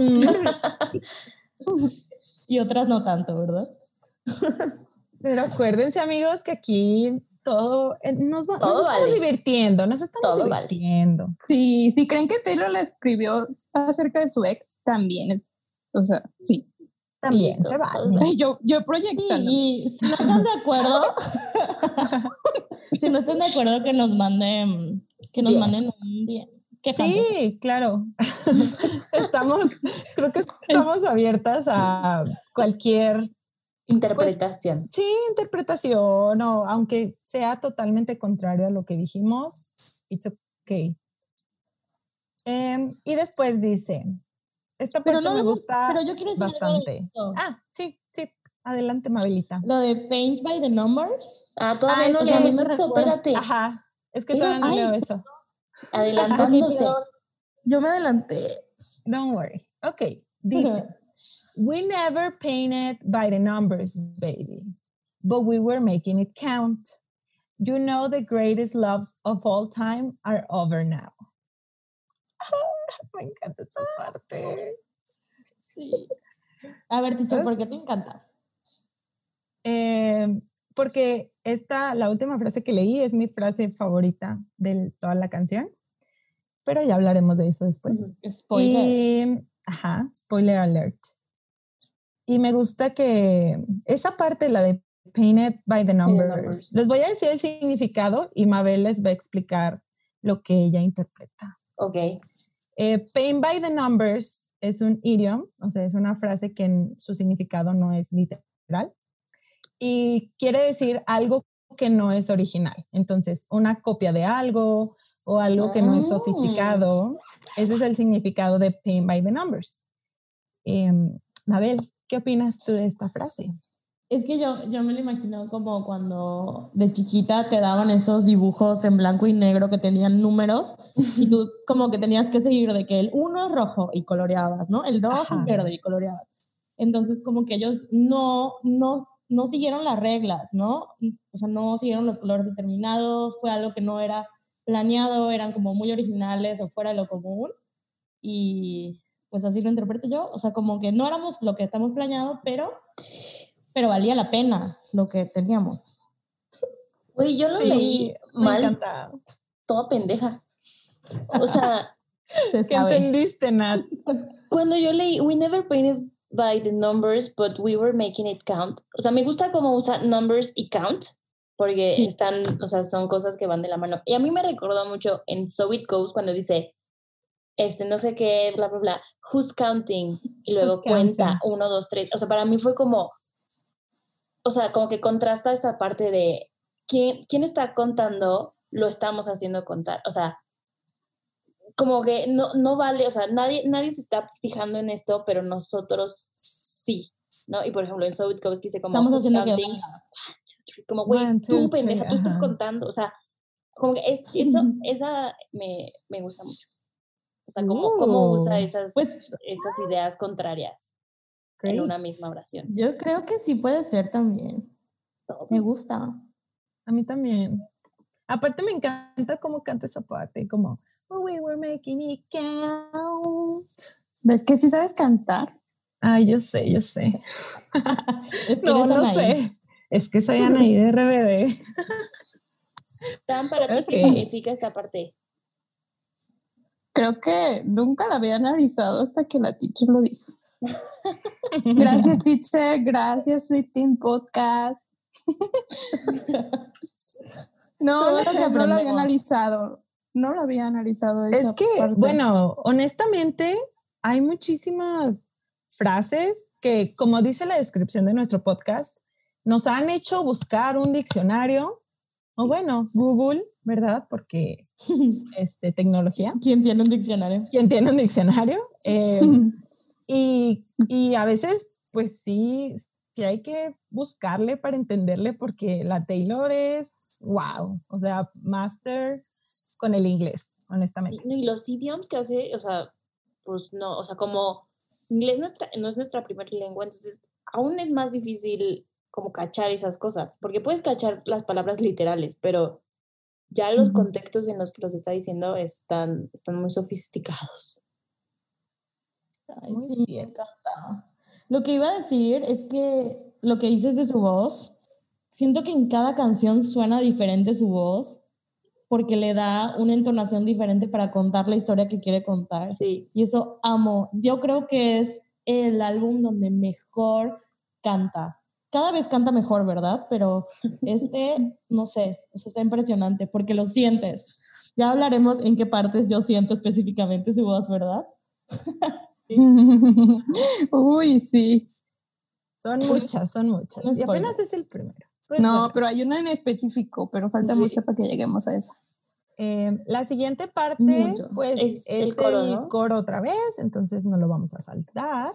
Y otras no tanto, ¿verdad? Pero acuérdense, amigos, que aquí todo nos, va, todo nos estamos vale. divirtiendo, nos estamos todo divirtiendo. Vale. Sí, si creen que Taylor le escribió acerca de su ex, también es, o sea, sí. También sí, se va. Vale. Yo, yo proyectando. Y, y si no están de acuerdo, si no están de acuerdo que nos manden, que nos yes. manden un bien. Sí, claro. Estamos, creo que estamos abiertas a cualquier interpretación. Pues, sí, interpretación, o aunque sea totalmente contrario a lo que dijimos, it's okay. Eh, y después dice, esta parte pero no me gusta pero yo quiero decir bastante. Ah, sí, sí, adelante, Mabelita. Lo de Paint by the Numbers. Ah, todavía ah, no leemos eso, recuerda. Espérate. Ajá, es que todavía no ay, leo eso. Adelantándose. Okay, yo me adelanté. Don't worry. Ok, dice. We never painted by the numbers, baby, but we were making it count. You know the greatest loves of all time are over now. Me encanta esta parte. Sí. A ver, Tito, ¿por qué te encanta? Eh, porque esta, la última frase que leí es mi frase favorita de toda la canción, pero ya hablaremos de eso después. Spoiler. Y, ajá, spoiler alert. Y me gusta que esa parte, la de Painted by the numbers, the numbers, les voy a decir el significado y Mabel les va a explicar lo que ella interpreta. Ok. Eh, Paint by the numbers es un idiom, o sea, es una frase que en su significado no es literal y quiere decir algo que no es original. Entonces, una copia de algo o algo oh. que no es sofisticado, ese es el significado de Paint by the numbers. Eh, Mabel, ¿qué opinas tú de esta frase? Es que yo, yo me lo imagino como cuando de chiquita te daban esos dibujos en blanco y negro que tenían números y tú como que tenías que seguir de que el uno es rojo y coloreabas, ¿no? El dos Ajá. es verde y coloreabas. Entonces como que ellos no, no, no siguieron las reglas, ¿no? O sea, no siguieron los colores determinados, fue algo que no era planeado, eran como muy originales o fuera de lo común y pues así lo interpreto yo. O sea, como que no éramos lo que estamos planeado, pero... pero valía la pena lo que teníamos. Uy, yo lo sí, leí me mal, encanta. Toda pendeja. O sea, ¿qué entendiste, Nat? Cuando yo leí, we never painted by the numbers, but we were making it count. O sea, me gusta cómo usa numbers y count, porque sí. están, o sea, son cosas que van de la mano. Y a mí me recordó mucho en So It Goes cuando dice, este, no sé qué, bla, bla, bla, who's counting? Y luego who's cuenta, counting? uno, dos, tres. O sea, para mí fue como... O sea, como que contrasta esta parte de ¿quién, quién está contando? Lo estamos haciendo contar. O sea, como que no, no vale, o sea, nadie, nadie se está fijando en esto, pero nosotros sí, ¿no? Y por ejemplo, en So It Goes dice como... Estamos haciendo que... Como, güey, tú, pendeja, tú estás contando, o sea, como que es, eso, esa me, me gusta mucho. O sea, cómo, uh, cómo usa esas, pues, esas ideas contrarias great. En una misma oración. Yo creo que sí puede ser también. Todo. Me gusta. A mí también. Aparte me encanta cómo canta esa parte, como oh, we were making it count. ¿Ves que sí sabes cantar? Ay, yo sé, yo sé. Es que no, no sé. Es que soy Anaí de R B D. ¿Tan para ti qué significa esta parte? Creo que nunca la había analizado hasta que la teacher lo dijo. Gracias, teacher. Gracias, Swifting Podcast. No, no, sé, no lo había analizado. No lo había analizado. Esa es que, parte. Bueno, honestamente, hay muchísimas frases que, como dice la descripción de nuestro podcast, nos han hecho buscar un diccionario, o bueno, Google, ¿verdad? Porque este, tecnología. ¿Quién tiene un diccionario? ¿Quién tiene un diccionario? Eh, y, y a veces, pues sí, sí hay que buscarle para entenderle, porque la Taylor es, wow, o sea, master con el inglés, honestamente. Sí, y los idioms que hace, o sea, pues no, o sea, como inglés nuestra, no es nuestra primera lengua, entonces aún es más difícil como cachar esas cosas, porque puedes cachar las palabras literales, pero ya los uh-huh. contextos en los que los está diciendo están, están muy sofisticados. Ay, sí, me encanta. Lo que iba a decir es que lo que dices de su voz, siento que en cada canción suena diferente su voz, porque le da una entonación diferente para contar la historia que quiere contar. Sí. Y eso amo. Yo creo que es el álbum donde mejor canta. Cada vez canta mejor, ¿verdad? Pero este, no sé, o sea, está impresionante porque lo sientes. Ya hablaremos en qué partes yo siento específicamente su voz, ¿verdad? ¿Sí? Uy, sí. Son muchas, son muchas. No y apenas es el primero. Pues no, bueno. Pero hay una en específico, pero falta sí. mucho para que lleguemos a eso. Eh, la siguiente parte, mucho. pues, es, es el, coro, el ¿no? coro otra vez, entonces no lo vamos a saltar.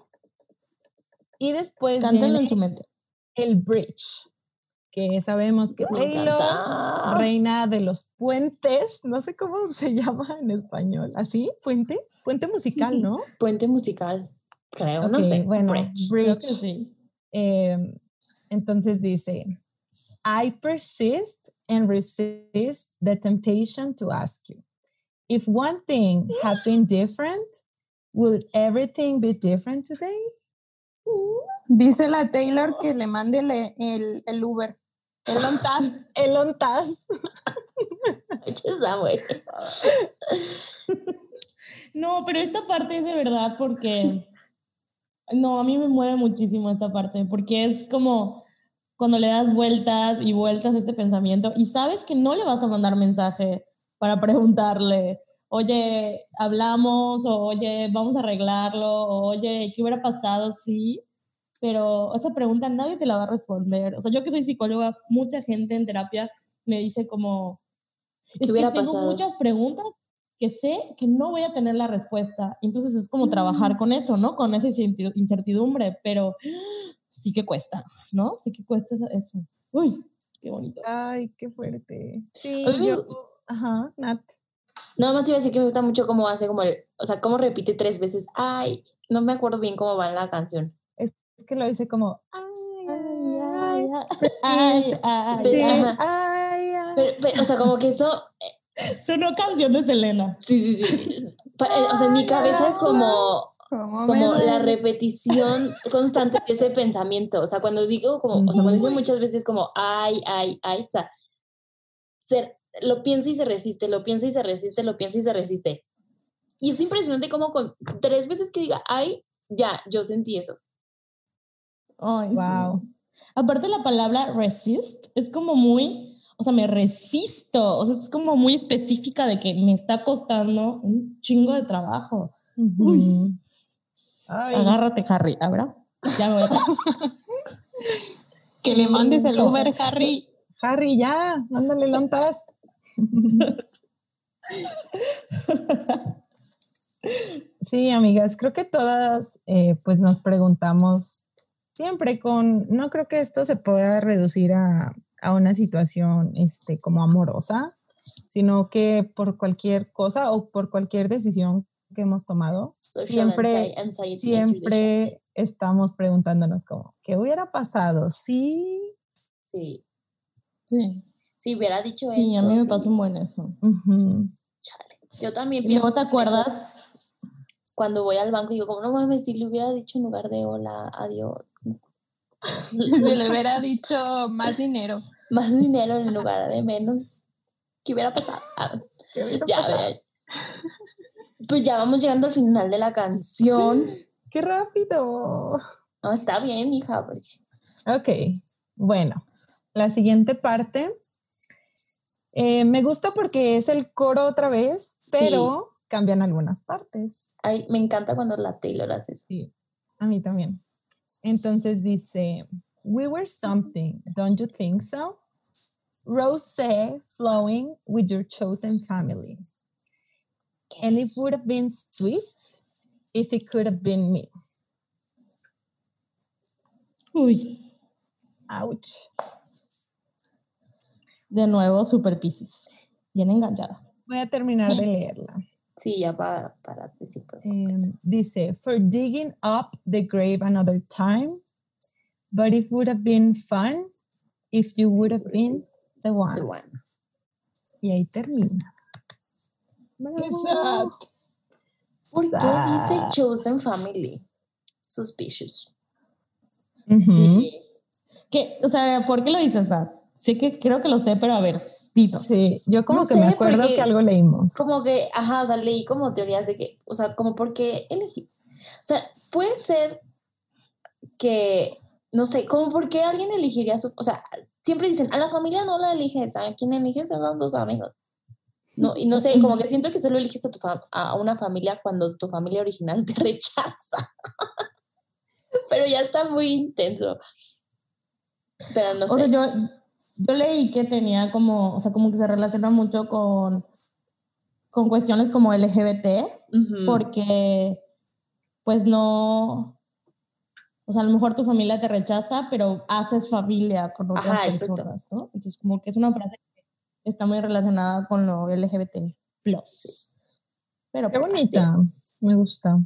Y después Cántalo en su mente. El bridge, que sabemos que Me Taylor, encanta. reina de los puentes, no sé cómo se llama en español, ¿así? ¿Puente? Puente musical, ¿no? Puente musical, creo, okay, no sé. Bueno, bridge. bridge. Creo que sí. Eh, entonces dice, I persist and resist the temptation to ask you, if one thing had been different, would everything be different today? Dice la Taylor que le mande el, el, el Uber. El OnTas. El OnTas. No, pero esta parte es de verdad porque... No, a mí me mueve muchísimo esta parte porque es como cuando le das vueltas y vueltas a este pensamiento y sabes que no le vas a mandar mensaje para preguntarle, oye, hablamos, o oye, vamos a arreglarlo, o oye, ¿qué hubiera pasado si? Pero esa pregunta nadie te la va a responder. O sea, yo que soy psicóloga, mucha gente en terapia me dice como, es que tengo pasado? muchas preguntas que sé que no voy a tener la respuesta. Entonces es como mm. trabajar con eso, ¿no? Con esa incertidumbre, pero sí que cuesta, ¿no? Sí que cuesta eso. Uy, qué bonito. Ay, qué fuerte. Sí, mí, yo... Ajá, Nat. Nada más iba a decir que me gusta mucho cómo hace como el, o sea, cómo repite tres veces. Ay, no me acuerdo bien cómo va en la canción. Es, es que lo dice como ay, ay, ay, ay, ay, ay, ay, ay. Pero, pero, o sea, como que eso sonó canción de Selena. Sí, sí, sí. O sea, en mi cabeza es como como la repetición constante de ese pensamiento. O sea, cuando digo como, o sea, cuando digo muchas veces como ay, ay, ay, o sea, ser lo piensa y se resiste, lo piensa y se resiste, lo piensa y se resiste. Y es impresionante como con tres veces que diga, ay, ya, yo sentí eso. Ay, wow. Sí. Aparte la palabra resist es como muy, o sea, me resisto, o sea, es como muy específica de que me está costando un chingo de trabajo. Uh-huh. Uy. Ay. Agárrate, Harry, ¿habrá? Ya me voy a... Que le mandes el Uber, Harry. Harry, ya, mándale lontas. Sí, amigas, creo que todas eh, pues nos preguntamos siempre con, no creo que esto se pueda reducir a, a una situación este, como amorosa, sino que por cualquier cosa o por cualquier decisión que hemos tomado, Social siempre, anxiety siempre estamos preguntándonos como, ¿qué hubiera pasado? Sí. Sí. Sí. Si hubiera dicho sí, esto. Sí, a mí me sí. pasó un buen eso. Uh-huh. Chale. Yo también ¿Y pienso. luego te acuerdas? Cuando voy al banco, digo, como no mames, si le hubiera dicho en lugar de hola, adiós. Si le hubiera dicho más dinero. Más dinero en lugar de menos. ¿Qué hubiera pasado? ¿Qué hubiera ya, pasado? ya. Pues ya vamos llegando al final de la canción. ¡Qué rápido! No, está bien, hija. Porque... Ok, bueno, la siguiente parte eh, me gusta porque es el coro otra vez, pero sí. Cambian algunas partes. Ay, me encanta cuando la Taylor hace eso. Sí, a mí también. Entonces dice, we were something, don't you think so? Rosé flowing with your chosen family. And it would have been sweet if it could have been me. Uy. Ouch. De nuevo, Super Piscis. Bien enganchada. Voy a terminar de leerla. Sí, ya para, para decir todo. Um, dice, for digging up the grave another time, but it would have been fun if you would have been the one. The one. Y ahí termina. Exacto. ¿Por qué dice chosen family? Suspicious. Uh-huh. Sí. ¿Qué? O sea, ¿por qué lo dices, Dad? Sí que creo que lo sé, pero a ver, dinos. Sí, yo como no que sé, me acuerdo que algo leímos. Como que, ajá, o sea, leí como teorías de que, o sea, como por qué elegí. O sea, puede ser que, no sé, como por qué alguien elegiría su, o sea, siempre dicen, a la familia no la eliges, a quien eliges son los amigos. No, y no sé, como que siento que solo eliges a, tu fam- a una familia cuando tu familia original te rechaza. Pero ya está muy intenso. Pero no sé. O sea, yo, yo leí que tenía como, o sea, como que se relaciona mucho con, con cuestiones como L G B T, uh-huh. Porque pues no, o sea, a lo mejor tu familia te rechaza, pero haces familia con otras Ajá, personas, exacto. ¿No? Entonces como que es una frase que está muy relacionada con lo L G B T plus. Pero qué pues, bonita, sí. Me gusta.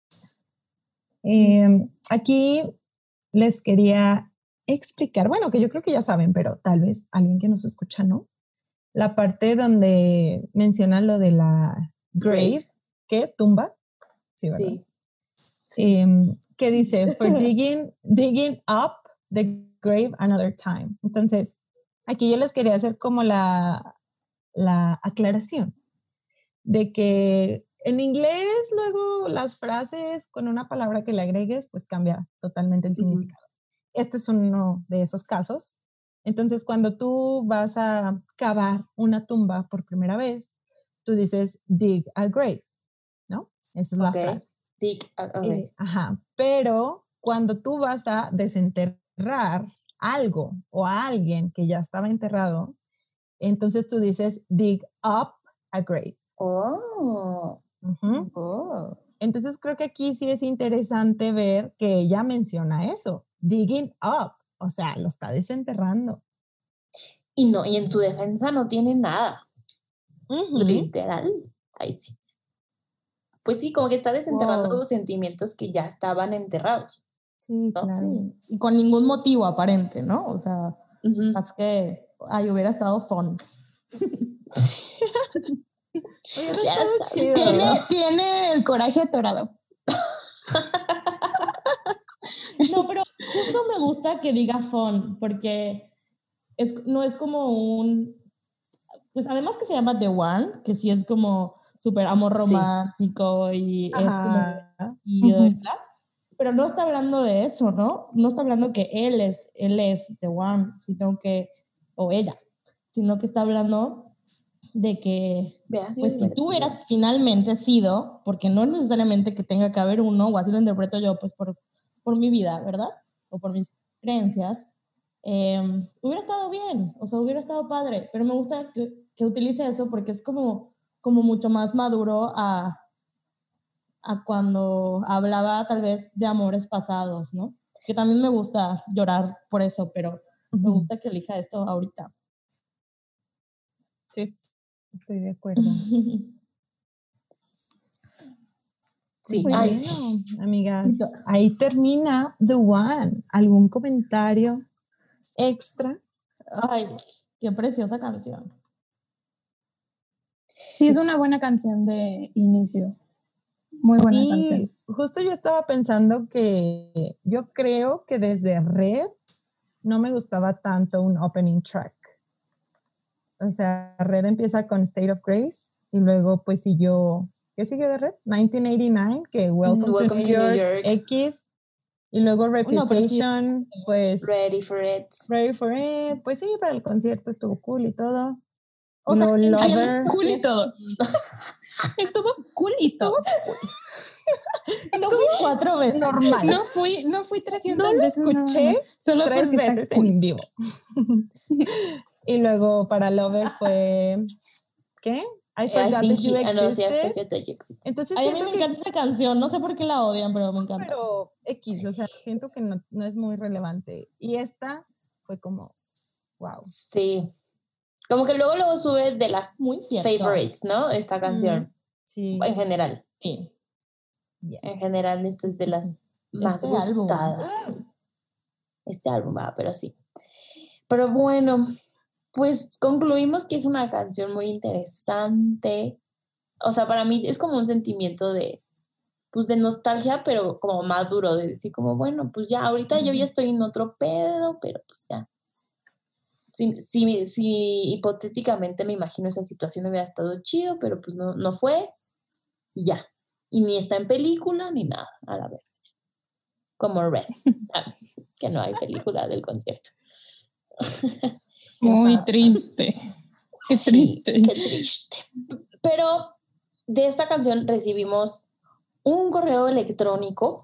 Eh, aquí les quería explicar, bueno, que yo creo que ya saben, pero tal vez alguien que nos escucha, ¿no? La parte donde menciona lo de la grave, ¿qué? ¿Tumba? Sí, ¿verdad? Sí. sí. Eh, que dice, for digging, digging up the grave another time. Entonces, aquí yo les quería hacer como la, la aclaración de que en inglés luego las frases con una palabra que le agregues, pues cambia totalmente el significado. Uh-huh. Este es uno de esos casos. Entonces, cuando tú vas a cavar una tumba por primera vez, tú dices dig a grave, ¿no? Esa es okay. la frase. Dig a grave. Eh, ajá. Pero cuando tú vas a desenterrar algo o a alguien que ya estaba enterrado, entonces tú dices dig up a grave. Oh. Uh-huh. Oh. Entonces creo que aquí sí es interesante ver que ella menciona eso, digging up, o sea, lo está desenterrando. Y no, y en su defensa no tiene nada. Uh-huh. Literal. Ahí sí. Pues sí, como que está desenterrando wow. sentimientos que ya estaban enterrados. Sí, ¿no? claro. Sí. Y con ningún motivo aparente, ¿no? O sea, uh-huh. más que, ay, hubiera estado fun. Hubiera estado chido. Tiene, tiene el coraje atorado. No, pero justo me gusta que diga fun, porque es, no es como un... Pues además que se llama The One, que sí es como súper amor romántico sí. y Ajá. es como... Y, uh-huh. Pero no está hablando de eso, ¿no? No está hablando que él es, él es The One, sino que... O ella. Sino que está hablando... de que, Veas, pues si tú hubieras finalmente sido, porque no necesariamente que tenga que haber uno, o así lo interpreto yo, pues por, por mi vida, ¿verdad? O por mis creencias, eh, hubiera estado bien, o sea, hubiera estado padre, pero me gusta que, que utilice eso porque es como, como mucho más maduro a, a cuando hablaba tal vez de amores pasados, ¿no? Que también me gusta llorar por eso, pero uh-huh. me gusta que elija esto ahorita. Sí, estoy de acuerdo. Sí, Muy ay, bueno, sí. Amigas. Ahí termina The One. ¿Algún comentario extra? Ay, qué preciosa canción. Sí, sí, es una buena canción de inicio. Muy buena sí, canción. Justo yo estaba pensando que yo creo que desde Red no me gustaba tanto un opening track. O sea, Red empieza con State of Grace y luego pues siguió, ¿qué siguió de Red? nineteen eighty-nine, que Welcome, Welcome to, New, to York, New York, X, y luego Reputation, no, pues... Ready for It. Ready for It, pues sí, para el concierto estuvo cool y todo. O sea, Lover. Cool y todo. Estuvo cool y todo. No fui cuatro veces. Normal. No fui, no fui trescientas no veces. No lo escuché no, no. Solo tres veces cool. En vivo. Y luego para Lover fue... ¿Qué? I forgot that you existed. No, sí, I forgot that you existed. Entonces Ay, a mí me que, encanta esa canción. No sé por qué la odian, pero me encanta. Pero X, o sea, siento que no, no es muy relevante. Y esta fue como... Wow. Sí. Como que luego luego subes de las muy favorites, ¿no? Esta canción. Mm, sí. En general. Sí. Yes. En general, esta es de las este más gustadas. Álbum. Este álbum va, pero sí. Pero bueno, pues concluimos que es una canción muy interesante. O sea, para mí es como un sentimiento de, pues de nostalgia, pero como maduro, de decir como, bueno, pues ya, ahorita yo ya estoy en otro pedo, pero pues ya. Si, si, si hipotéticamente me imagino esa situación hubiera estado chido, pero pues no, no fue y ya. Y ni está en película ni nada, a la vez. Como Red, ¿sabes? Que no hay película del concierto. Muy triste. Qué triste. Sí, qué triste. Pero de esta canción recibimos un correo electrónico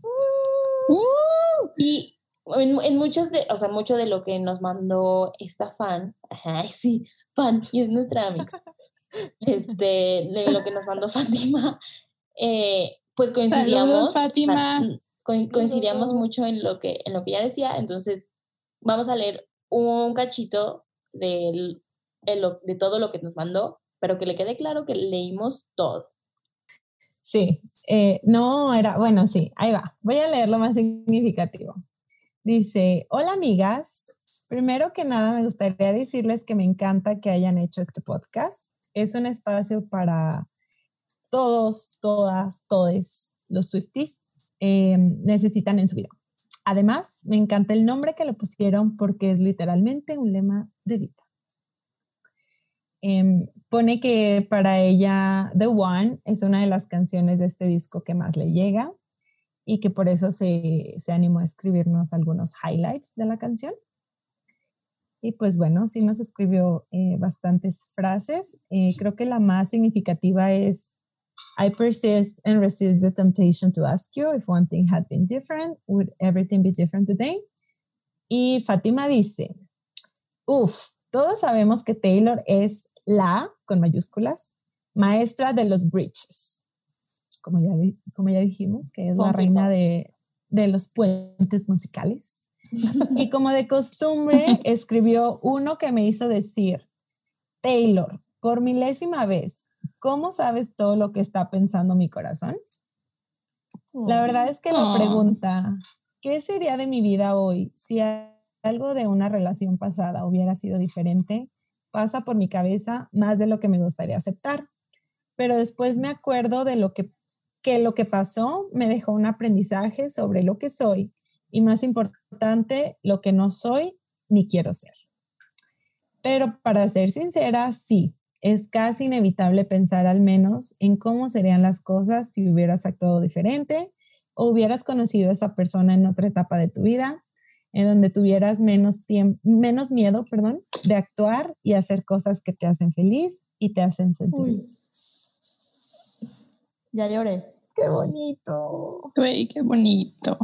uh, y en, en muchos de, o sea, mucho de lo que nos mandó esta fan, ay, sí, fan, y es nuestra amix, este, de lo que nos mandó Fátima, eh, pues coincidíamos. Saludos, Fátima. Co coincidíamos Saludos. mucho en lo que en lo que ella decía, entonces vamos a leer un cachito de, de, lo, de todo lo que nos mandó, pero que le quede claro que leímos todo. Sí, eh, no era, bueno, sí, ahí va. Voy a leer lo más significativo. Dice, hola amigas, primero que nada me gustaría decirles que me encanta que hayan hecho este podcast. Es un espacio para todos, todas, todes los Swifties eh, necesitan en su vida. Además, me encanta el nombre que le pusieron porque es literalmente un lema de vida. Eh, pone que para ella The One es una de las canciones de este disco que más le llega y que por eso se, se animó a escribirnos algunos highlights de la canción. Y pues bueno, sí nos escribió eh, bastantes frases. Eh, creo que la más significativa es I persist and resist the temptation to ask you if one thing had been different, would everything be different today? Y Fátima dice, uff, todos sabemos que Taylor es la, con mayúsculas, maestra de los bridges. Como ya, como ya dijimos, que es Confirmo. la reina de, de los puentes musicales. Y como de costumbre, escribió uno que me hizo decir, Taylor, por milésima vez, ¿cómo sabes todo lo que está pensando mi corazón? Oh. La verdad es que oh. me pregunta, ¿qué sería de mi vida hoy si algo de una relación pasada hubiera sido diferente? Pasa por mi cabeza más de lo que me gustaría aceptar. Pero después me acuerdo de lo que, que lo que pasó me dejó un aprendizaje sobre lo que soy y más importante, lo que no soy ni quiero ser. Pero para ser sincera, sí, es casi inevitable pensar al menos en cómo serían las cosas si hubieras actuado diferente o hubieras conocido a esa persona en otra etapa de tu vida, en donde tuvieras menos, tiempo, menos miedo perdón, de actuar y hacer cosas que te hacen feliz y te hacen sentir Uy. bien. Ya lloré. ¡Qué bonito! Güey, qué bonito.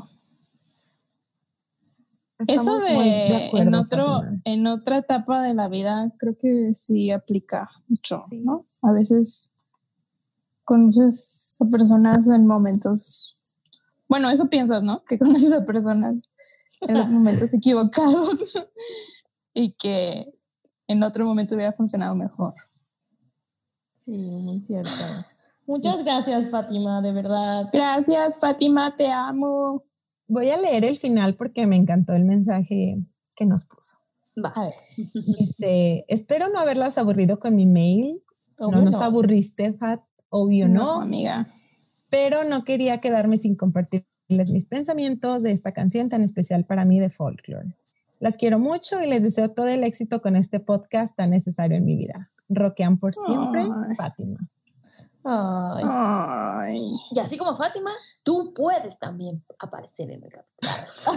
Estamos Eso de, de acuerdo, en, otro, Fátima. en otra etapa de la vida creo que sí aplica mucho, sí. ¿no? A veces conoces a personas en momentos, bueno, eso piensas, ¿no? Que conoces a personas en los momentos equivocados y que en otro momento hubiera funcionado mejor. Sí, muy cierto. Muchas gracias, Fátima, de verdad. Gracias, Fátima, te amo. Voy a leer el final porque me encantó el mensaje que nos puso. Va. A ver. Dice, espero no haberlas aburrido con mi mail. Obvio No nos no. aburriste, Fat, obvio no. No, amiga. Pero no quería quedarme sin compartirles mis pensamientos de esta canción tan especial para mí de Folklore. Las quiero mucho y les deseo todo el éxito con este podcast tan necesario en mi vida. Rockean por siempre, Ay. Fátima. Ay. Ay. Y así como Fátima, tú puedes también aparecer en el capítulo.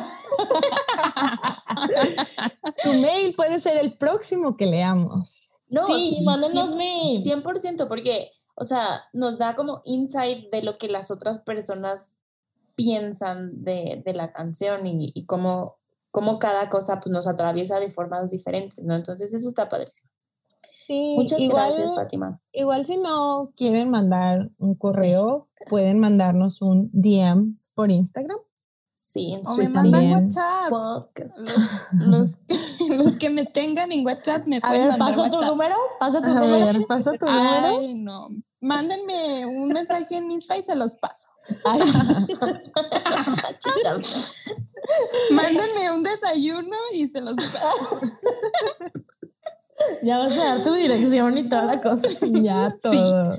Tu mail puede ser el próximo que leamos. No, Sí, mándenos mails. cien por ciento, porque, o sea, nos da como insight de lo que las otras personas piensan de, de la canción y, y cómo, cómo cada cosa pues, nos atraviesa de formas diferentes, ¿no? Entonces eso está padrísimo. Sí, Muchas igual, gracias, Fátima. Igual si no quieren mandar un correo, pueden mandarnos un D M por Instagram. Sí, en O su me mandan también. WhatsApp. podcast. Los, los, los que me tengan en WhatsApp me A pueden ver, mandar ¿pasa WhatsApp. tu número? ¿Pasa tu A número? ver, pasa tu número. Ay, no. Mándenme un mensaje en Insta y se los paso. Ay, Chicharro. Mándenme un desayuno y se los paso. ya vas a dar tu dirección y toda la cosa. Ya todo.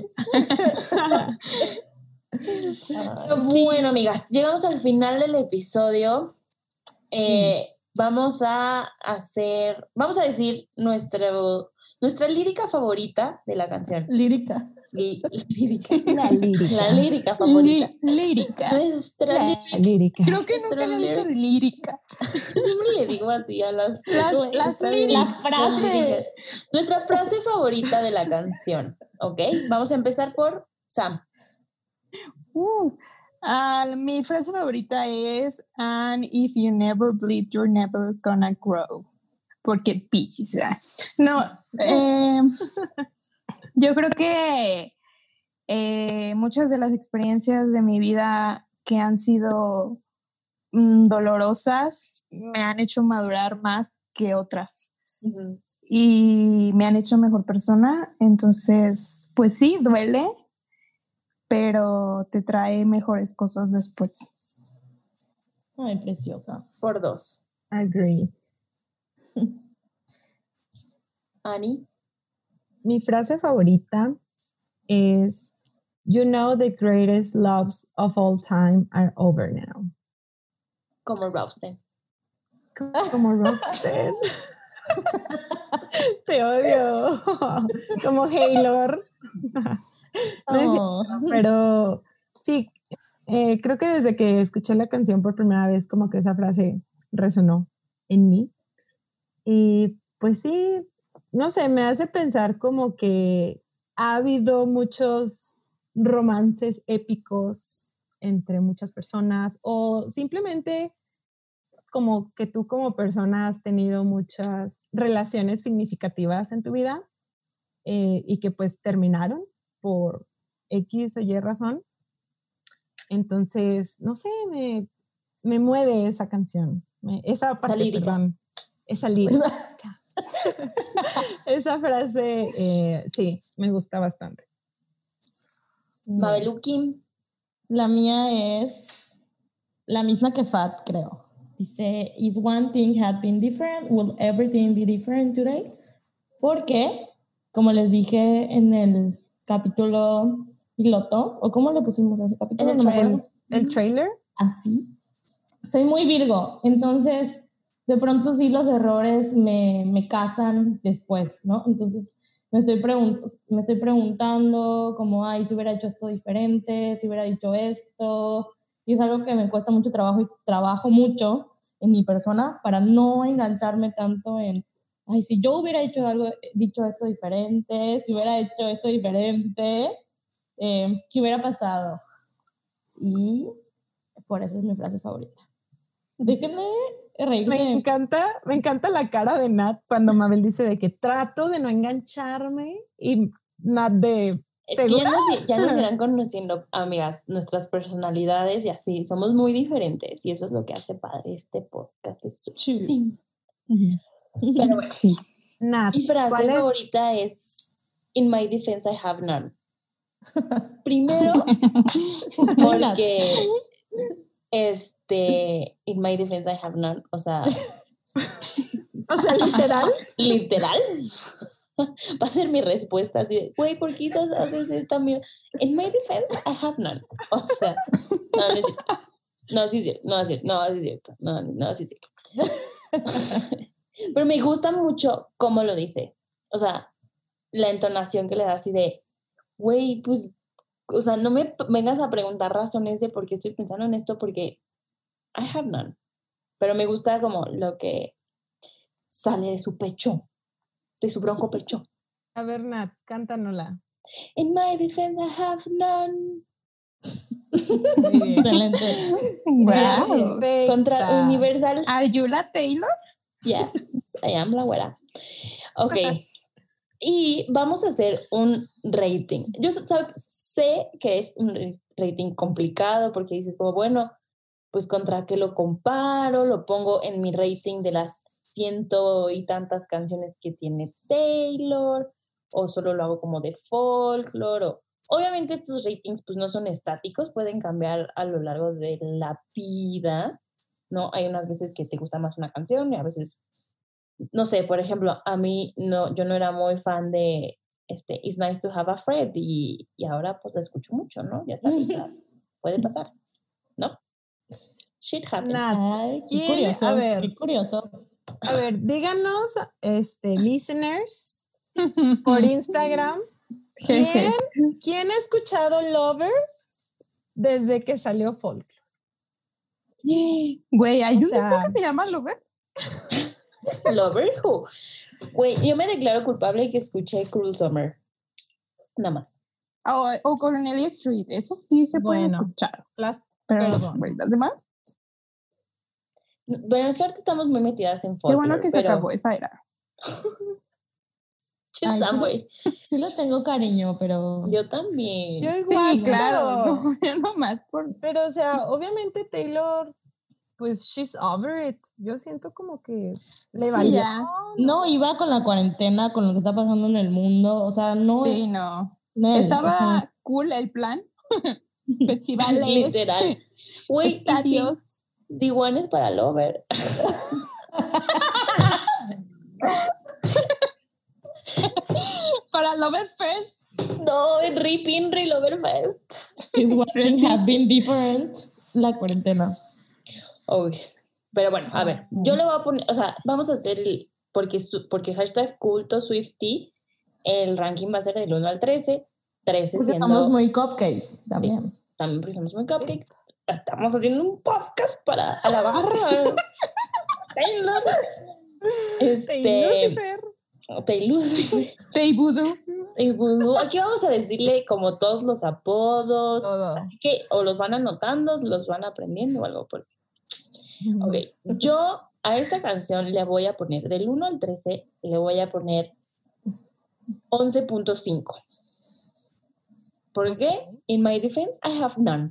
Pero bueno, amigas, llegamos al final del episodio. Eh, vamos a hacer, vamos a decir nuestro, nuestra lírica favorita de la canción. Lírica. Lí- lírica. La lírica. La lírica favorita. Lí- lírica. Nuestra La lírica. lírica. Creo que Nuestra nunca le he dicho lyric. lírica. Siempre le digo así a las, Las, Bueno, las está bien. lyrics. Las frases. Nuestra frase favorita de la canción, ¿ok? Vamos a empezar por Sam. Uh, uh, mi frase favorita es and if you never bleed, you're never gonna grow. Porque Piscis. ¿eh? No, eh, yo creo que eh, muchas de las experiencias de mi vida que han sido mm, dolorosas me han hecho madurar más que otras. Uh-huh. Y me han hecho mejor persona. Entonces, pues sí, duele, pero te trae mejores cosas después. Ay, preciosa. Por dos. Agree. Ani. Mi frase favorita es You know the greatest loves of all time are over now. Como Robsten. Como Rockstar. Te odio. Como Haylor. No es Oh. cierto, pero sí, eh, creo que desde que escuché la canción por primera vez, como que esa frase resonó en mí. Y pues sí, no sé, me hace pensar como que ha habido muchos romances épicos entre muchas personas o simplemente como que tú como persona has tenido muchas relaciones significativas en tu vida eh, y que pues terminaron por X o Y razón. Entonces, no sé, me, me mueve esa canción, me, esa parte, Esa lírica. perdón, esa lírica. Esa frase, eh, sí, me gusta bastante. Babeluki. La mía es la misma que Fat, creo. Dice, is one thing had been different, will everything be different today? Porque, como les dije en el capítulo piloto, o cómo le pusimos a ese capítulo, En el no me trailer. acuerdo. ¿El trailer? Así. Soy muy Virgo, entonces de pronto sí los errores me, me casan después, ¿no? Entonces me estoy, pregunt- me estoy preguntando como, ay, si hubiera hecho esto diferente, si hubiera dicho esto, y es algo que me cuesta mucho trabajo y trabajo mucho en mi persona para no engancharme tanto en, ay, si yo hubiera hecho algo, dicho esto diferente, si hubiera hecho esto diferente, eh, ¿qué hubiera pasado? Y por eso es mi frase favorita. Déjenme reírse. Me encanta, me encanta la cara de Nat cuando Mabel dice de que trato de no engancharme y Nat de Es que ya nos, ya nos irán conociendo, amigas, nuestras personalidades y así. Somos muy diferentes y eso es lo que hace padre este podcast. Es Sí. Pero bueno, sí. Nat, mi frase ¿cuál es? favorita es In my defense I have none. Primero, porque este, in my defense I have none, o sea, O sea, literal. literal. Va a ser mi respuesta así de, güey, ¿por qué haces esta mierda? In my defense I have none. O sea, no, no es cierto. No, sí es cierto. No, es cierto. No, sí es cierto. No, no, sí es cierto. Pero me gusta mucho cómo lo dice. O sea, la entonación que le da así de, güey, pues, o sea, no me vengas a preguntar razones de por qué estoy pensando en esto, porque I have none. Pero me gusta como lo que sale de su pecho, de su bronco pecho. A ver, Nat, cántanosla. In my defense, I have none. Excelente. Wow. Contra Universal. ¿Are you la Taylor? Yes, I am la güera. Ok. Y vamos a hacer un rating. Yo sabe, sé que es un rating complicado porque dices, como, bueno, pues contra qué lo comparo, lo pongo en mi rating de las ciento y tantas canciones que tiene Taylor, o solo lo hago como de folklore. O... Obviamente estos ratings pues no son estáticos, pueden cambiar a lo largo de la vida, ¿no? Hay unas veces que te gusta más una canción y a veces... No sé, por ejemplo, a mí no, yo no era muy fan de este, It's Nice to Have a Friend y, y ahora pues la escucho mucho, ¿no? Ya sabes, o sea, puede pasar, ¿no? Shit happens. Nat, Ay, qué ¿quién? curioso, A ver, qué curioso. a ver, díganos, este, listeners, por Instagram, ¿quién, ¿quién ha escuchado Lover desde que salió Folklore? Güey, ¿hay O un sea, disco que se llama Lover? Lover Who. Güey, yo me declaro culpable de que escuché Cruel Summer. Nada más. O oh, Cornelia Street, eso sí se puede bueno, escuchar. Las, Pero, perdón. güey, ¿las demás? Bueno, es que ahorita estamos muy metidas en folklore. Qué bueno que se pero... acabó esa era. Ay, sí, güey. lo, sí lo tengo cariño, pero... Yo también. Yo igual, Sí, claro, pero, no, yo nomás por... pero, o sea, obviamente Taylor, pues, she's over it. Yo siento como que le Sí, valió. ya. No, iba con la cuarentena, con lo que está pasando en el mundo, o sea, no... Sí, no. Nel, Estaba o sea, cool el plan. Festivales. Literal. Güey, estadios. Sí, The One es para Lover. Para Lover Fest. No, Rip Inri Lover Fest. is what things have been different, la cuarentena. Oh, pero bueno, a ver, yo le voy a poner, o sea, vamos a hacer el, porque, porque hashtag culto Swiftie, el ranking va a ser del uno al trece, trece Porque siendo... estamos muy cupcakes también. Sí, también porque somos muy cupcakes. Estamos haciendo un podcast para alabar a Taylor. Este, Lucifer. Taylor. Tay Voodoo. Taylor. Aquí vamos a decirle como todos los apodos. Todo. Así que o los van anotando, los van aprendiendo o algo por... Ok, yo a esta canción le voy a poner del uno al trece, le voy a poner once punto cinco. ¿Por qué? In my defense, I have none.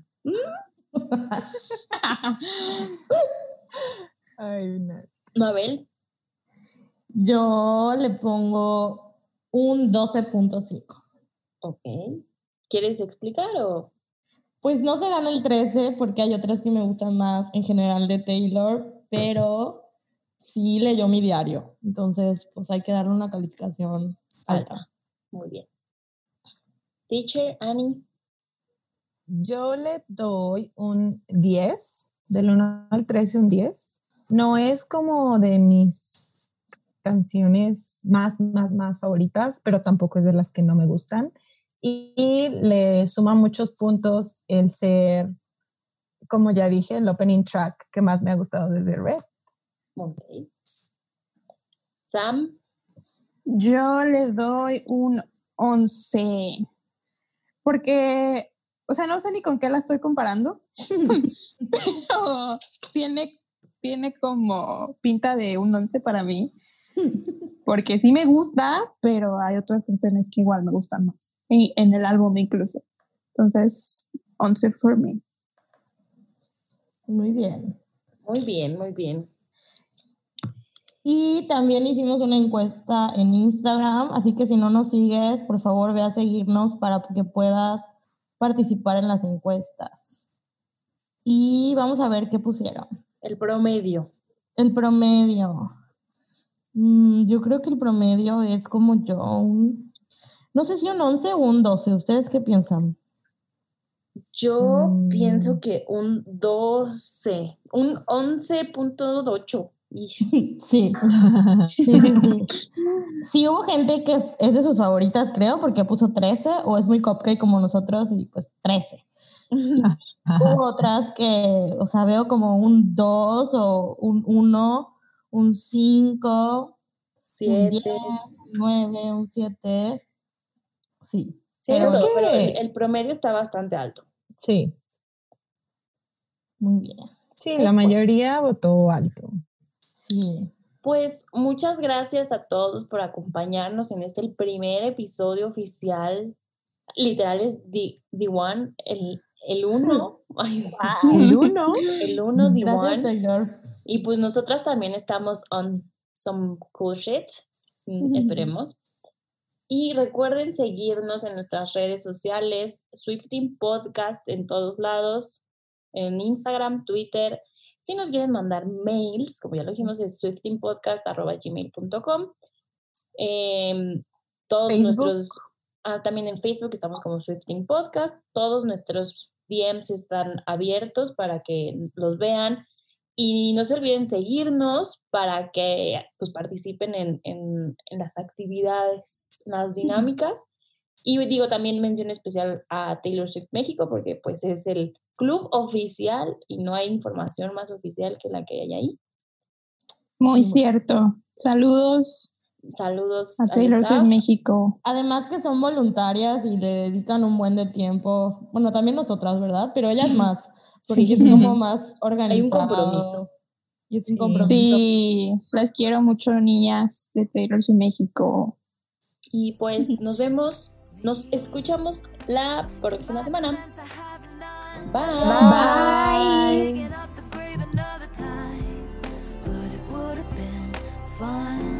Ay, no. Mabel. Yo le pongo un doce punto cinco. Ok. ¿Quieres explicar o...? Pues no se gana el trece porque hay otras que me gustan más en general de Taylor, pero sí leyó mi diario. Entonces, pues hay que darle una calificación alta. Alta. Muy bien. Teacher, Annie. Yo le doy un diez, del uno al trece un diez. No es como de mis canciones más, más, más favoritas, pero tampoco es de las que no me gustan. Y, y le suma muchos puntos el ser, como ya dije, el opening track que más me ha gustado desde Red. Ok. Sam. Yo le doy un once. Porque, o sea, no sé ni con qué la estoy comparando, pero tiene, tiene como pinta de un once para mí. Porque sí me gusta, pero hay otras canciones que igual me gustan más. Y en el álbum incluso. Entonces, once for me. Muy bien. Muy bien, muy bien. Y también hicimos una encuesta en Instagram, así que si no nos sigues, por favor ve a seguirnos para que puedas participar en las encuestas. Y vamos a ver qué pusieron. El promedio. El promedio. Mm, yo creo que el promedio es como yo, un, no sé si un once o un doce. ¿Ustedes qué piensan? Yo Mm. pienso que un doce, un once punto ocho. Sí. sí, sí, sí. Sí hubo gente que es, es de sus favoritas, creo, porque puso trece, o es muy cupcake como nosotros y pues trece. Y hubo otras que, o sea, veo como un dos o un uno, un cinco, un diez, Siete. un nueve, un siete. Sí. Cierto, Creo que- pero el, el promedio está bastante alto. Sí, Muy bien. sí, la mayoría votó alto. Sí. Pues muchas gracias a todos por acompañarnos en este el primer episodio oficial. Literal es The, The One, el, el uno. Ay, El uno. el uno, The Gracias, One. Taylor. Y pues nosotras también estamos on some cool shit. Mm, esperemos. Y recuerden seguirnos en nuestras redes sociales, Swifting Podcast en todos lados, en Instagram, Twitter. Si nos quieren mandar mails, como ya lo dijimos, es swiftingpodcast arroba gmail punto com. Eh, todos Facebook. nuestros, ah, también en Facebook estamos como Swifting Podcast. Todos nuestros D Ms están abiertos para que los vean. Y no se olviden seguirnos para que pues, participen en, en, en las actividades, las dinámicas. Y digo también mención especial a Taylor Swift México, porque pues es el club oficial y no hay información más oficial que la que hay ahí. Muy cierto. Saludos Saludos a Taylor Swift México. Además que son voluntarias y le dedican un buen de tiempo. Bueno, también nosotras, ¿verdad? Pero ellas más, porque Sí. es como más organizado. Hay un compromiso. Y es un Sí. compromiso. Sí, las quiero mucho, niñas de Taylor Swift México. Y pues nos vemos, nos escuchamos la próxima semana. Bye. Bye. Fun.